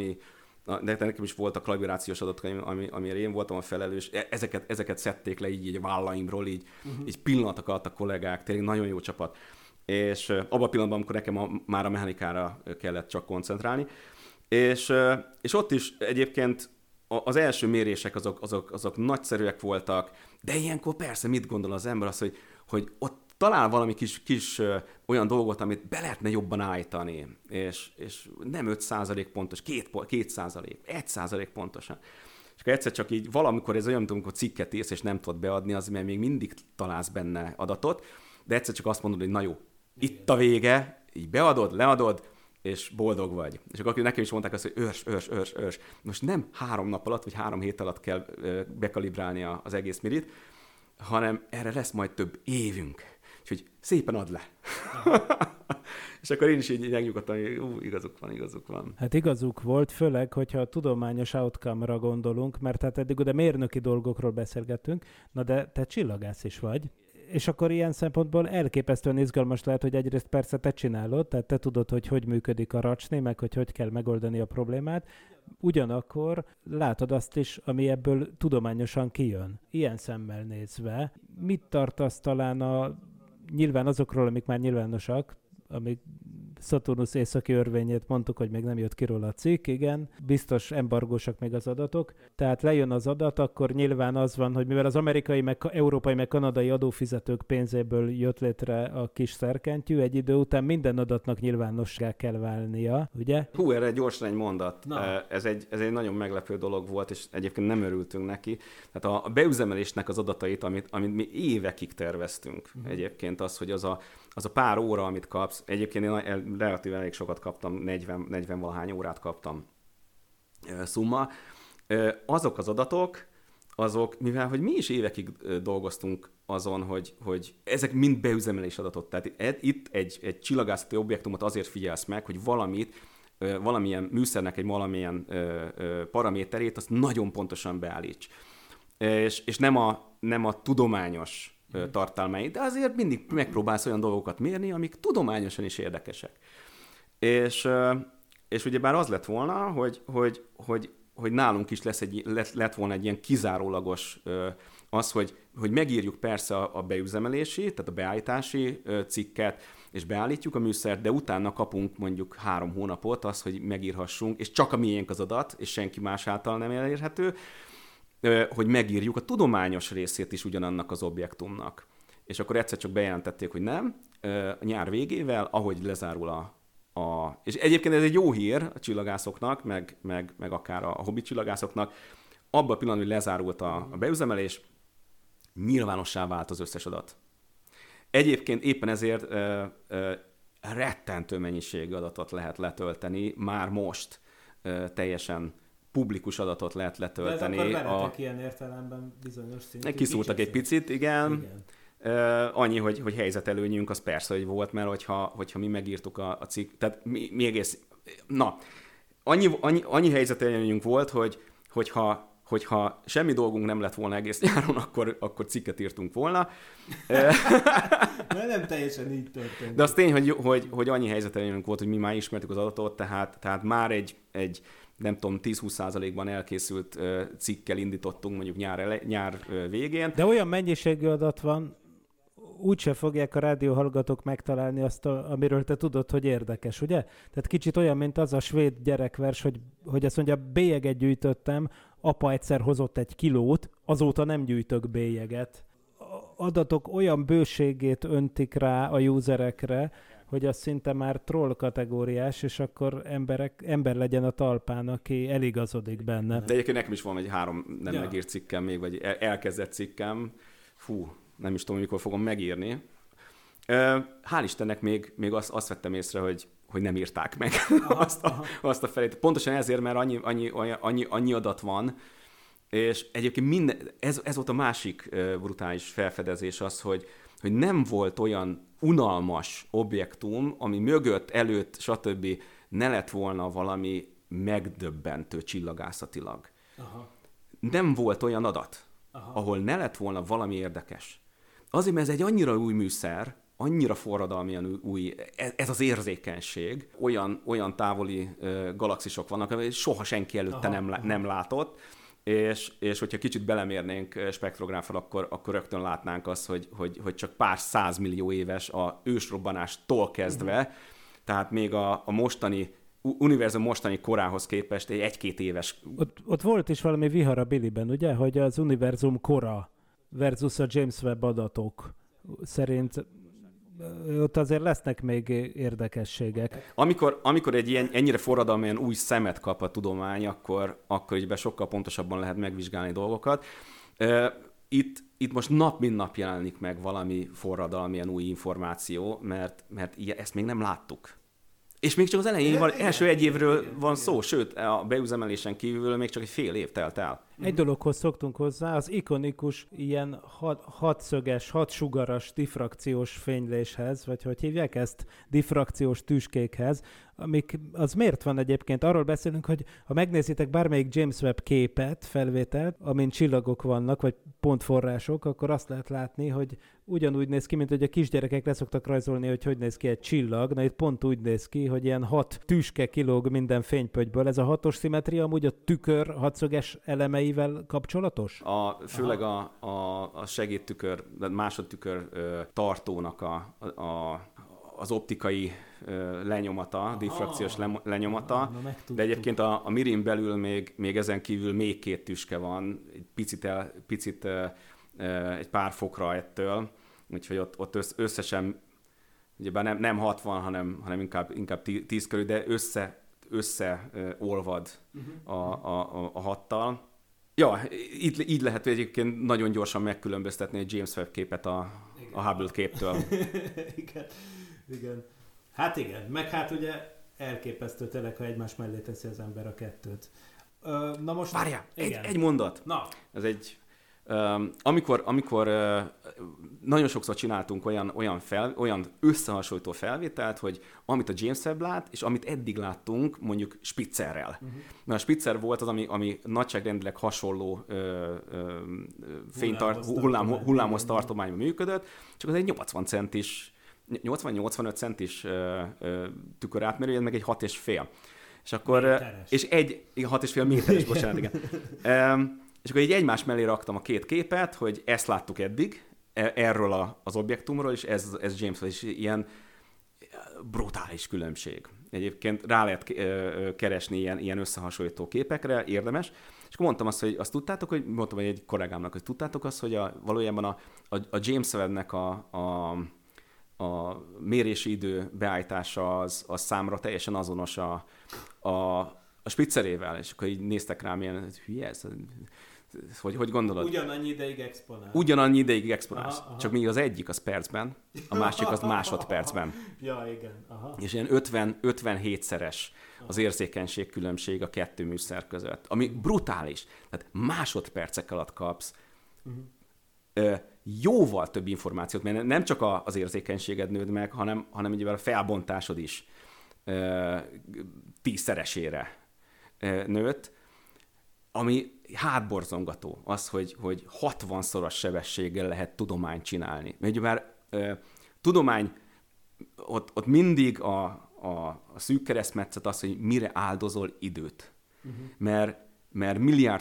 S6: de nekem is volt a kalibrációs adatok, amire én voltam a felelős. Ezeket szedték le így a vállaimról, így pillanatok alatt a kollégák, tényleg nagyon jó csapat. És abban a pillanatban, amikor nekem már a mechanikára kellett csak koncentrálni. És ott is egyébként az első mérések azok nagyszerűek voltak, de ilyenkor persze mit gondol az ember az, hogy ott talál valami kis olyan dolgot, amit be lehetne jobban állítani, és nem 5% pontos, 2%, 1% pontosan. És akkor egyszer csak így valamikor ez olyan, mint amikor cikket írsz, és nem tudod beadni, az, mert még mindig találsz benne adatot, de egyszer csak azt mondod, hogy na jó, itt a vége, így beadod, leadod, és boldog vagy. És akkor nekem is mondták azt, hogy őrs. Most nem 3 nap alatt, vagy 3 hét alatt kell bekalibrálni az egész mirit, hanem erre lesz majd több évünk. Úgyhogy szépen add le. És akkor én is így megnyugodtam, hogy igazuk van.
S5: Hát igazuk volt, főleg, hogyha a tudományos outcome-ra gondolunk, mert hát eddig oda mérnöki dolgokról beszélgettünk, na de te csillagász is vagy. És akkor ilyen szempontból elképesztően izgalmas lehet, hogy egyrészt persze te csinálod, tehát te tudod, hogy működik a racsni, meg hogy kell megoldani a problémát. Ugyanakkor látod azt is, ami ebből tudományosan kijön. Ilyen szemmel nézve, mit tartasz talán nyilván azokról, amik már nyilvánosak, amik Szaturnusz északi örvényét mondtuk, hogy még nem jött ki róla a cikk, igen. Biztos embargósak még az adatok. Tehát lejön az adat, akkor nyilván az van, hogy mivel az amerikai, európai, meg kanadai adófizetők pénzéből jött létre a kis szerkentyű, egy idő után minden adatnak nyilvánossá kell válnia, ugye?
S6: Hú, erre gyorsan egy mondat. Ez egy nagyon meglepő dolog volt, és egyébként nem örültünk neki. Tehát a beüzemelésnek az adatait, amit mi évekig terveztünk, egyébként az, hogy az a pár óra, amit kapsz, egyébként én relatíve elég sokat kaptam, 40-valahány órát kaptam szumma. Azok az adatok, mivel hogy mi is évekig dolgoztunk azon, hogy ezek mind beüzemelés adatok. Tehát itt egy csillagászati objektumot azért figyelsz meg, hogy valamilyen műszernek egy valamilyen paraméterét, azt nagyon pontosan beállíts. És nem a tudományos tartalmait, de azért mindig megpróbálsz olyan dolgokat mérni, amik tudományosan is érdekesek. És ugyebár az lett volna, hogy nálunk is lett volna egy ilyen kizárólagos az, hogy megírjuk persze a beüzemelési, tehát a beállítási cikket, és beállítjuk a műszert, de utána kapunk mondjuk 3 hónapot az, hogy megírhassunk, és csak a miénk az adat, és senki más által nem elérhető, hogy megírjuk a tudományos részét is ugyanannak az objektumnak. És akkor egyszer csak bejelentették, hogy nem, a nyár végével, ahogy lezárul és egyébként ez egy jó hír a csillagászoknak, meg akár a hobbi csillagászoknak, abban a pillanatban, hogy lezárult a beüzemelés, nyilvánossá vált az összes adat. Egyébként éppen ezért rettentő mennyiségű adatot lehet letölteni, már most teljesen publikus adatot lehet letölteni.
S5: De ez akkor ilyen értelemben bizonyos szintű.
S6: Kiszúrtak egy picit, igen. Annyi, hogy helyzetelőnyünk az persze, hogy volt, mert hogyha mi megírtuk a cikk, tehát mi egész... Na, annyi helyzetelőnyünk volt, hogyha semmi dolgunk nem lett volna egész nyáron, akkor cikket írtunk volna.
S5: De nem teljesen így történt.
S6: De az tény, hogy annyi helyzetelőnyünk volt, hogy mi már ismertük az adatot, tehát már egy nem tudom, 10-20%-ban elkészült cikkel indítottunk mondjuk nyár végén.
S5: De olyan mennyiségű adat van, úgyse fogják a rádióhallgatók megtalálni azt, amiről te tudod, hogy érdekes, ugye? Tehát kicsit olyan, mint az a svéd gyerekvers, hogy azt mondja, bélyeget gyűjtöttem, apa egyszer hozott 1 kilót, azóta nem gyűjtök bélyeget. Adatok olyan bőségét öntik rá a userekre, hogy az szinte már troll kategóriás, és akkor ember legyen a talpán, aki eligazodik benne.
S6: De egyébként nekem is van egy 3 nem megírt cikkem még, vagy elkezdett cikkem. Fú, nem is tudom, mikor fogom megírni. Hál' Istennek még azt vettem észre, hogy nem írták meg azt a felét. Pontosan ezért, mert annyi adat van, és egyébként ez volt a másik brutális felfedezés az, hogy nem volt olyan unalmas objektum, ami mögött, előtt, stb. Ne lett volna valami megdöbbentő csillagászatilag. Aha. Nem volt olyan adat, ahol ne lett volna valami érdekes. Azért, mert ez egy annyira új műszer, annyira forradalmian új, ez az érzékenység, olyan távoli galaxisok vannak, amit soha senki előtte nem látott, és hogyha kicsit belemérnénk spektrográffal, akkor rögtön látnánk azt, hogy csak pár 100 millió éves a ősrobbanástól kezdve, tehát még a mostani univerzum mostani korához képest egy 1-2 éves.
S5: Ott volt is valami vihar a Billyben, ugye, hogy az univerzum kora versus a James Webb adatok szerint ott azért lesznek még érdekességek.
S6: Amikor egy ennyire forradalmian új szemet kap a tudomány, akkor így sokkal pontosabban lehet megvizsgálni dolgokat. Itt most nap mint nap jelenik meg valami forradalmian új információ, mert ezt még nem láttuk. És még csak az elején van, első 1 évről van szó, sőt, a beüzemelésen kívül még csak egy fél év telt el.
S5: Egy dologhoz szoktunk hozzá, az ikonikus ilyen 6-szöges, 6-sugaras diffrakciós fényléshez, vagy hogy hívják ezt? Diffrakciós tüskékhez, az miért van egyébként? Arról beszélünk, hogy ha megnézitek bármelyik James Webb képet, felvételt, amin csillagok vannak, vagy pontforrások, akkor azt lehet látni, hogy ugyanúgy néz ki, mint hogy a kisgyerekek leszoktak rajzolni, hogy néz ki egy csillag. Na itt pont úgy néz ki, hogy ilyen 6 tüske kilóg minden fénypötyből. Ez a 6-os szimmetria amúgy a tükör 6-szöges elemeivel kapcsolatos?
S6: Főleg a segédtükör, másodtükör tartónak az optikai lenyomata, diffrakciós lenyomata, de egyébként a mirin belül még ezen kívül még 2 tüske van, egy picit egy pár fokra ettől, úgyhogy ott összesen, ugyebár nem 60, hanem inkább 10 körül, de összeolvad a 6-tal. Ja, így lehet egyébként nagyon gyorsan megkülönböztetni egy James Webb képet a Hubble képtől.
S5: Igen. Hát igen, meg hát ugye elképesztő tényleg, ha egymás mellé teszi az ember a 2-t. Na most...
S6: Várjál, egy mondat.
S5: Na.
S6: Ez egy... Amikor nagyon sokszor csináltunk olyan összehasonlító felvételt, hogy amit a James Webb lát, és amit eddig láttunk, mondjuk Spitzerrel. Mert a Spitzer volt az, ami nagyságrendileg hasonló hullámhoz tartományban működött, csak az egy 80-85 centis tükör átmérője, meg egy 6,5. És akkor...
S5: Méteres.
S6: És egy 6,5 méteres, bocsánat, igen. És akkor így egymás mellé raktam a 2 képet, hogy ezt láttuk eddig, erről az objektumról, és ez James Webb, és ilyen brutális különbség. Egyébként rá lehet keresni ilyen összehasonlító képekre, érdemes. És akkor mondtam azt, hogy azt tudtátok, hogy mondtam egy kollégámnak, hogy tudtátok azt, hogy valójában a James Webb-nek a mérési idő beállítása az számra teljesen azonos a Spitzerével, és akkor így néztek rám, ilyen hülye ez, hogy gondolod? Ugyanannyi ideig exponálsz.
S5: Aha.
S6: Csak még az egyik az percben, a másik az másodpercben.
S5: Ja, igen. Aha.
S6: És ilyen 57-szeres az érzékenység különbség a 2 műszer között, ami brutális. Tehát másodpercek alatt kapsz jóval több információt, mert nem csak az érzékenységed nőd meg, hanem ugye a felbontásod is 10-szeresére nőtt, ami hátborzongató az, hogy 60-szoros sebességgel lehet tudományt csinálni. Mert ugye már tudomány, ott mindig a szűk keresztmetszet az, hogy mire áldozol időt. Mert mert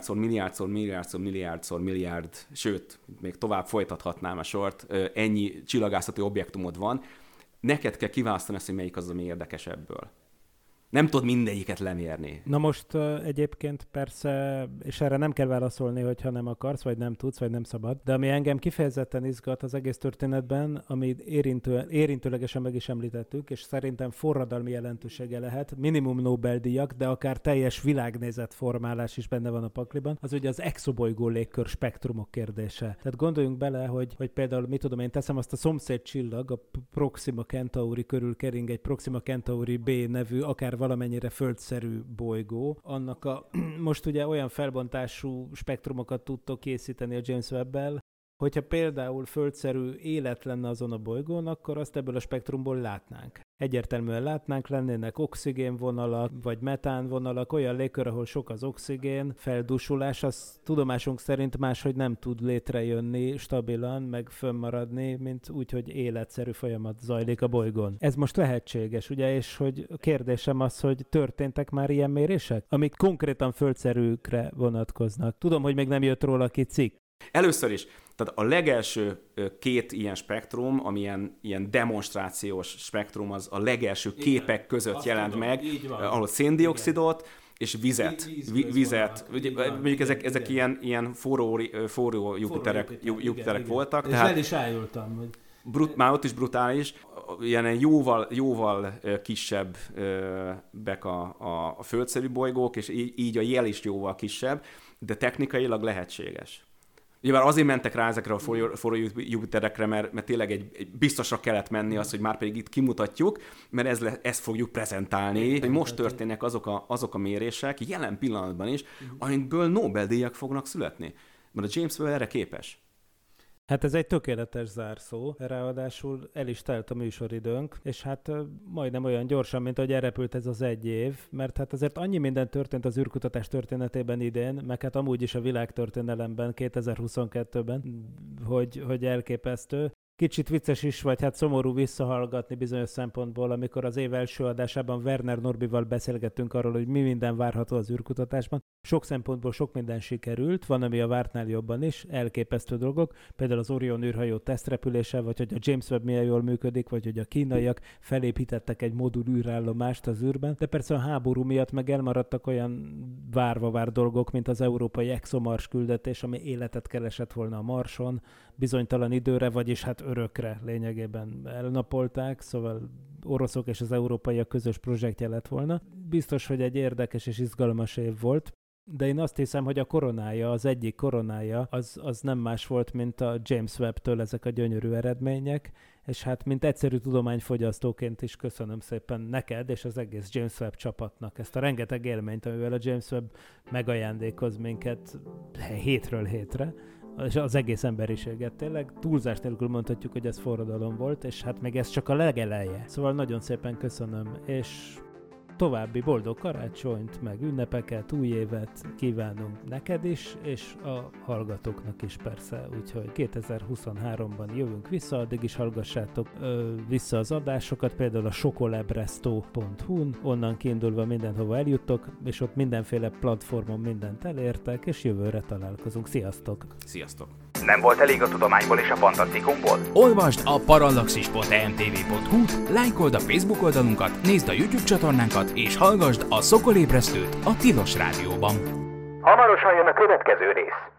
S6: milliárd, sőt, még tovább folytathatnám a sort, ennyi csillagászati objektumod van, neked kell kiválasztani azt, hogy melyik az, ami érdekes ebből. Nem tudod mindegyiket lemérni.
S5: Na most egyébként persze, és erre nem kell válaszolni, hogyha nem akarsz, vagy nem tudsz, vagy nem szabad, de ami engem kifejezetten izgat az egész történetben, amit érintőlegesen meg is említettük, és szerintem forradalmi jelentősége lehet, minimum Nobel-díjak, de akár teljes világnézetformálás is benne van a pakliban, az ugye az exobolygó légkör spektrumok kérdése. Tehát gondoljunk bele, hogy például, mit tudom én, teszem azt a szomszéd csillag, a Proxima Centauri körül kering egy Proxima Centauri B nevű, akár valamennyire földszerű bolygó. Annak most ugye olyan felbontású spektrumokat tudtok készíteni a James Webb-el, hogyha például földszerű élet lenne azon a bolygón, akkor azt ebből a spektrumból látnánk. Egyértelműen látnánk, lennének oxigénvonalak, vagy metánvonalak, olyan légkör, ahol sok az oxigén, feldúsulás, az tudomásunk szerint máshogy nem tud létrejönni stabilan, meg fönnmaradni, mint úgy, hogy életszerű folyamat zajlik a bolygón. Ez most lehetséges, ugye, és hogy a kérdésem az, hogy történtek már ilyen mérések, amik konkrétan földszerűkre vonatkoznak. Tudom, hogy még nem jött róla ki cikk.
S6: Először is, tehát a legelső két ilyen spektrum, ami ilyen demonstrációs spektrum, az a legelső képek között jelent meg, ahol széndioxidot és vizet. Mondjuk ezek ilyen forró Jupiterek voltak.
S5: És el is ájultam, hogy...
S6: Már ott is brutális, ilyen jóval kisebbek a földszerű bolygók, és így a jel is jóval kisebb, de technikailag lehetséges. Ugye már azért mentek rá ezekre a forró Jupiterekre, mert tényleg egy biztosra kellett menni az, hogy már pedig itt kimutatjuk, mert ezt fogjuk prezentálni. Most történnek azok a mérések, jelen pillanatban is, amikből Nobel-díjak fognak születni. Mert a James Webb erre képes.
S5: Hát ez egy tökéletes zárszó, ráadásul el is telt a műsoridőnk, és hát majdnem olyan gyorsan, mint ahogy elrepült ez az egy év, mert hát azért annyi minden történt az űrkutatás történetében idén, meg hát amúgy is a világtörténelemben 2022-ben, hogy elképesztő. Kicsit vicces is, vagy hát szomorú visszahallgatni bizonyos szempontból, amikor az év első adásában Werner Norbival beszélgettünk arról, hogy mi minden várható az űrkutatásban. Sok szempontból sok minden sikerült, van, ami a vártnál jobban is, elképesztő dolgok, például az Orion űrhajó tesztrepülése, vagy hogy a James Webb milyen jól működik, vagy hogy a kínaiak felépítettek egy modul űrállomást az űrben, de persze a háború miatt meg elmaradtak olyan várva vár dolgok, mint az európai ExoMars küldetés, ami életet keresett volna a Marson, bizonytalan időre, vagyis hát örökre lényegében elnapolták, szóval oroszok és az európaiak közös projektje lett volna. Biztos, hogy egy érdekes és izgalmas év volt, de én azt hiszem, hogy a koronája, az egyik koronája, az nem más volt, mint a James Webb-től ezek a gyönyörű eredmények, és hát mint egyszerű tudományfogyasztóként is köszönöm szépen neked és az egész James Webb csapatnak ezt a rengeteg élményt, amivel a James Webb megajándékoz minket hétről hétre, és az egész emberiséget tényleg. Túlzás nélkül mondhatjuk, hogy ez forradalom volt, és hát még ez csak a legeleje. Szóval nagyon szépen köszönöm, és további boldog karácsonyt, meg ünnepeket, új évet kívánunk neked is, és a hallgatóknak is persze, úgyhogy 2023-ban jövünk vissza, addig is hallgassátok vissza az adásokat, például a sokolebresztó.hu-n, onnan kiindulva mindenhova eljuttok, és ott mindenféle platformon mindent elértek, és jövőre találkozunk. Sziasztok!
S6: Sziasztok!
S2: Nem volt elég a tudományból és a fantasztikumból?
S1: Olvasd a parallaxis.emtv.hu-t, lájkold a Facebook oldalunkat, nézd a YouTube csatornánkat, és hallgasd a Szokolébresztőt a Tilos Rádióban.
S2: Hamarosan jön a következő rész.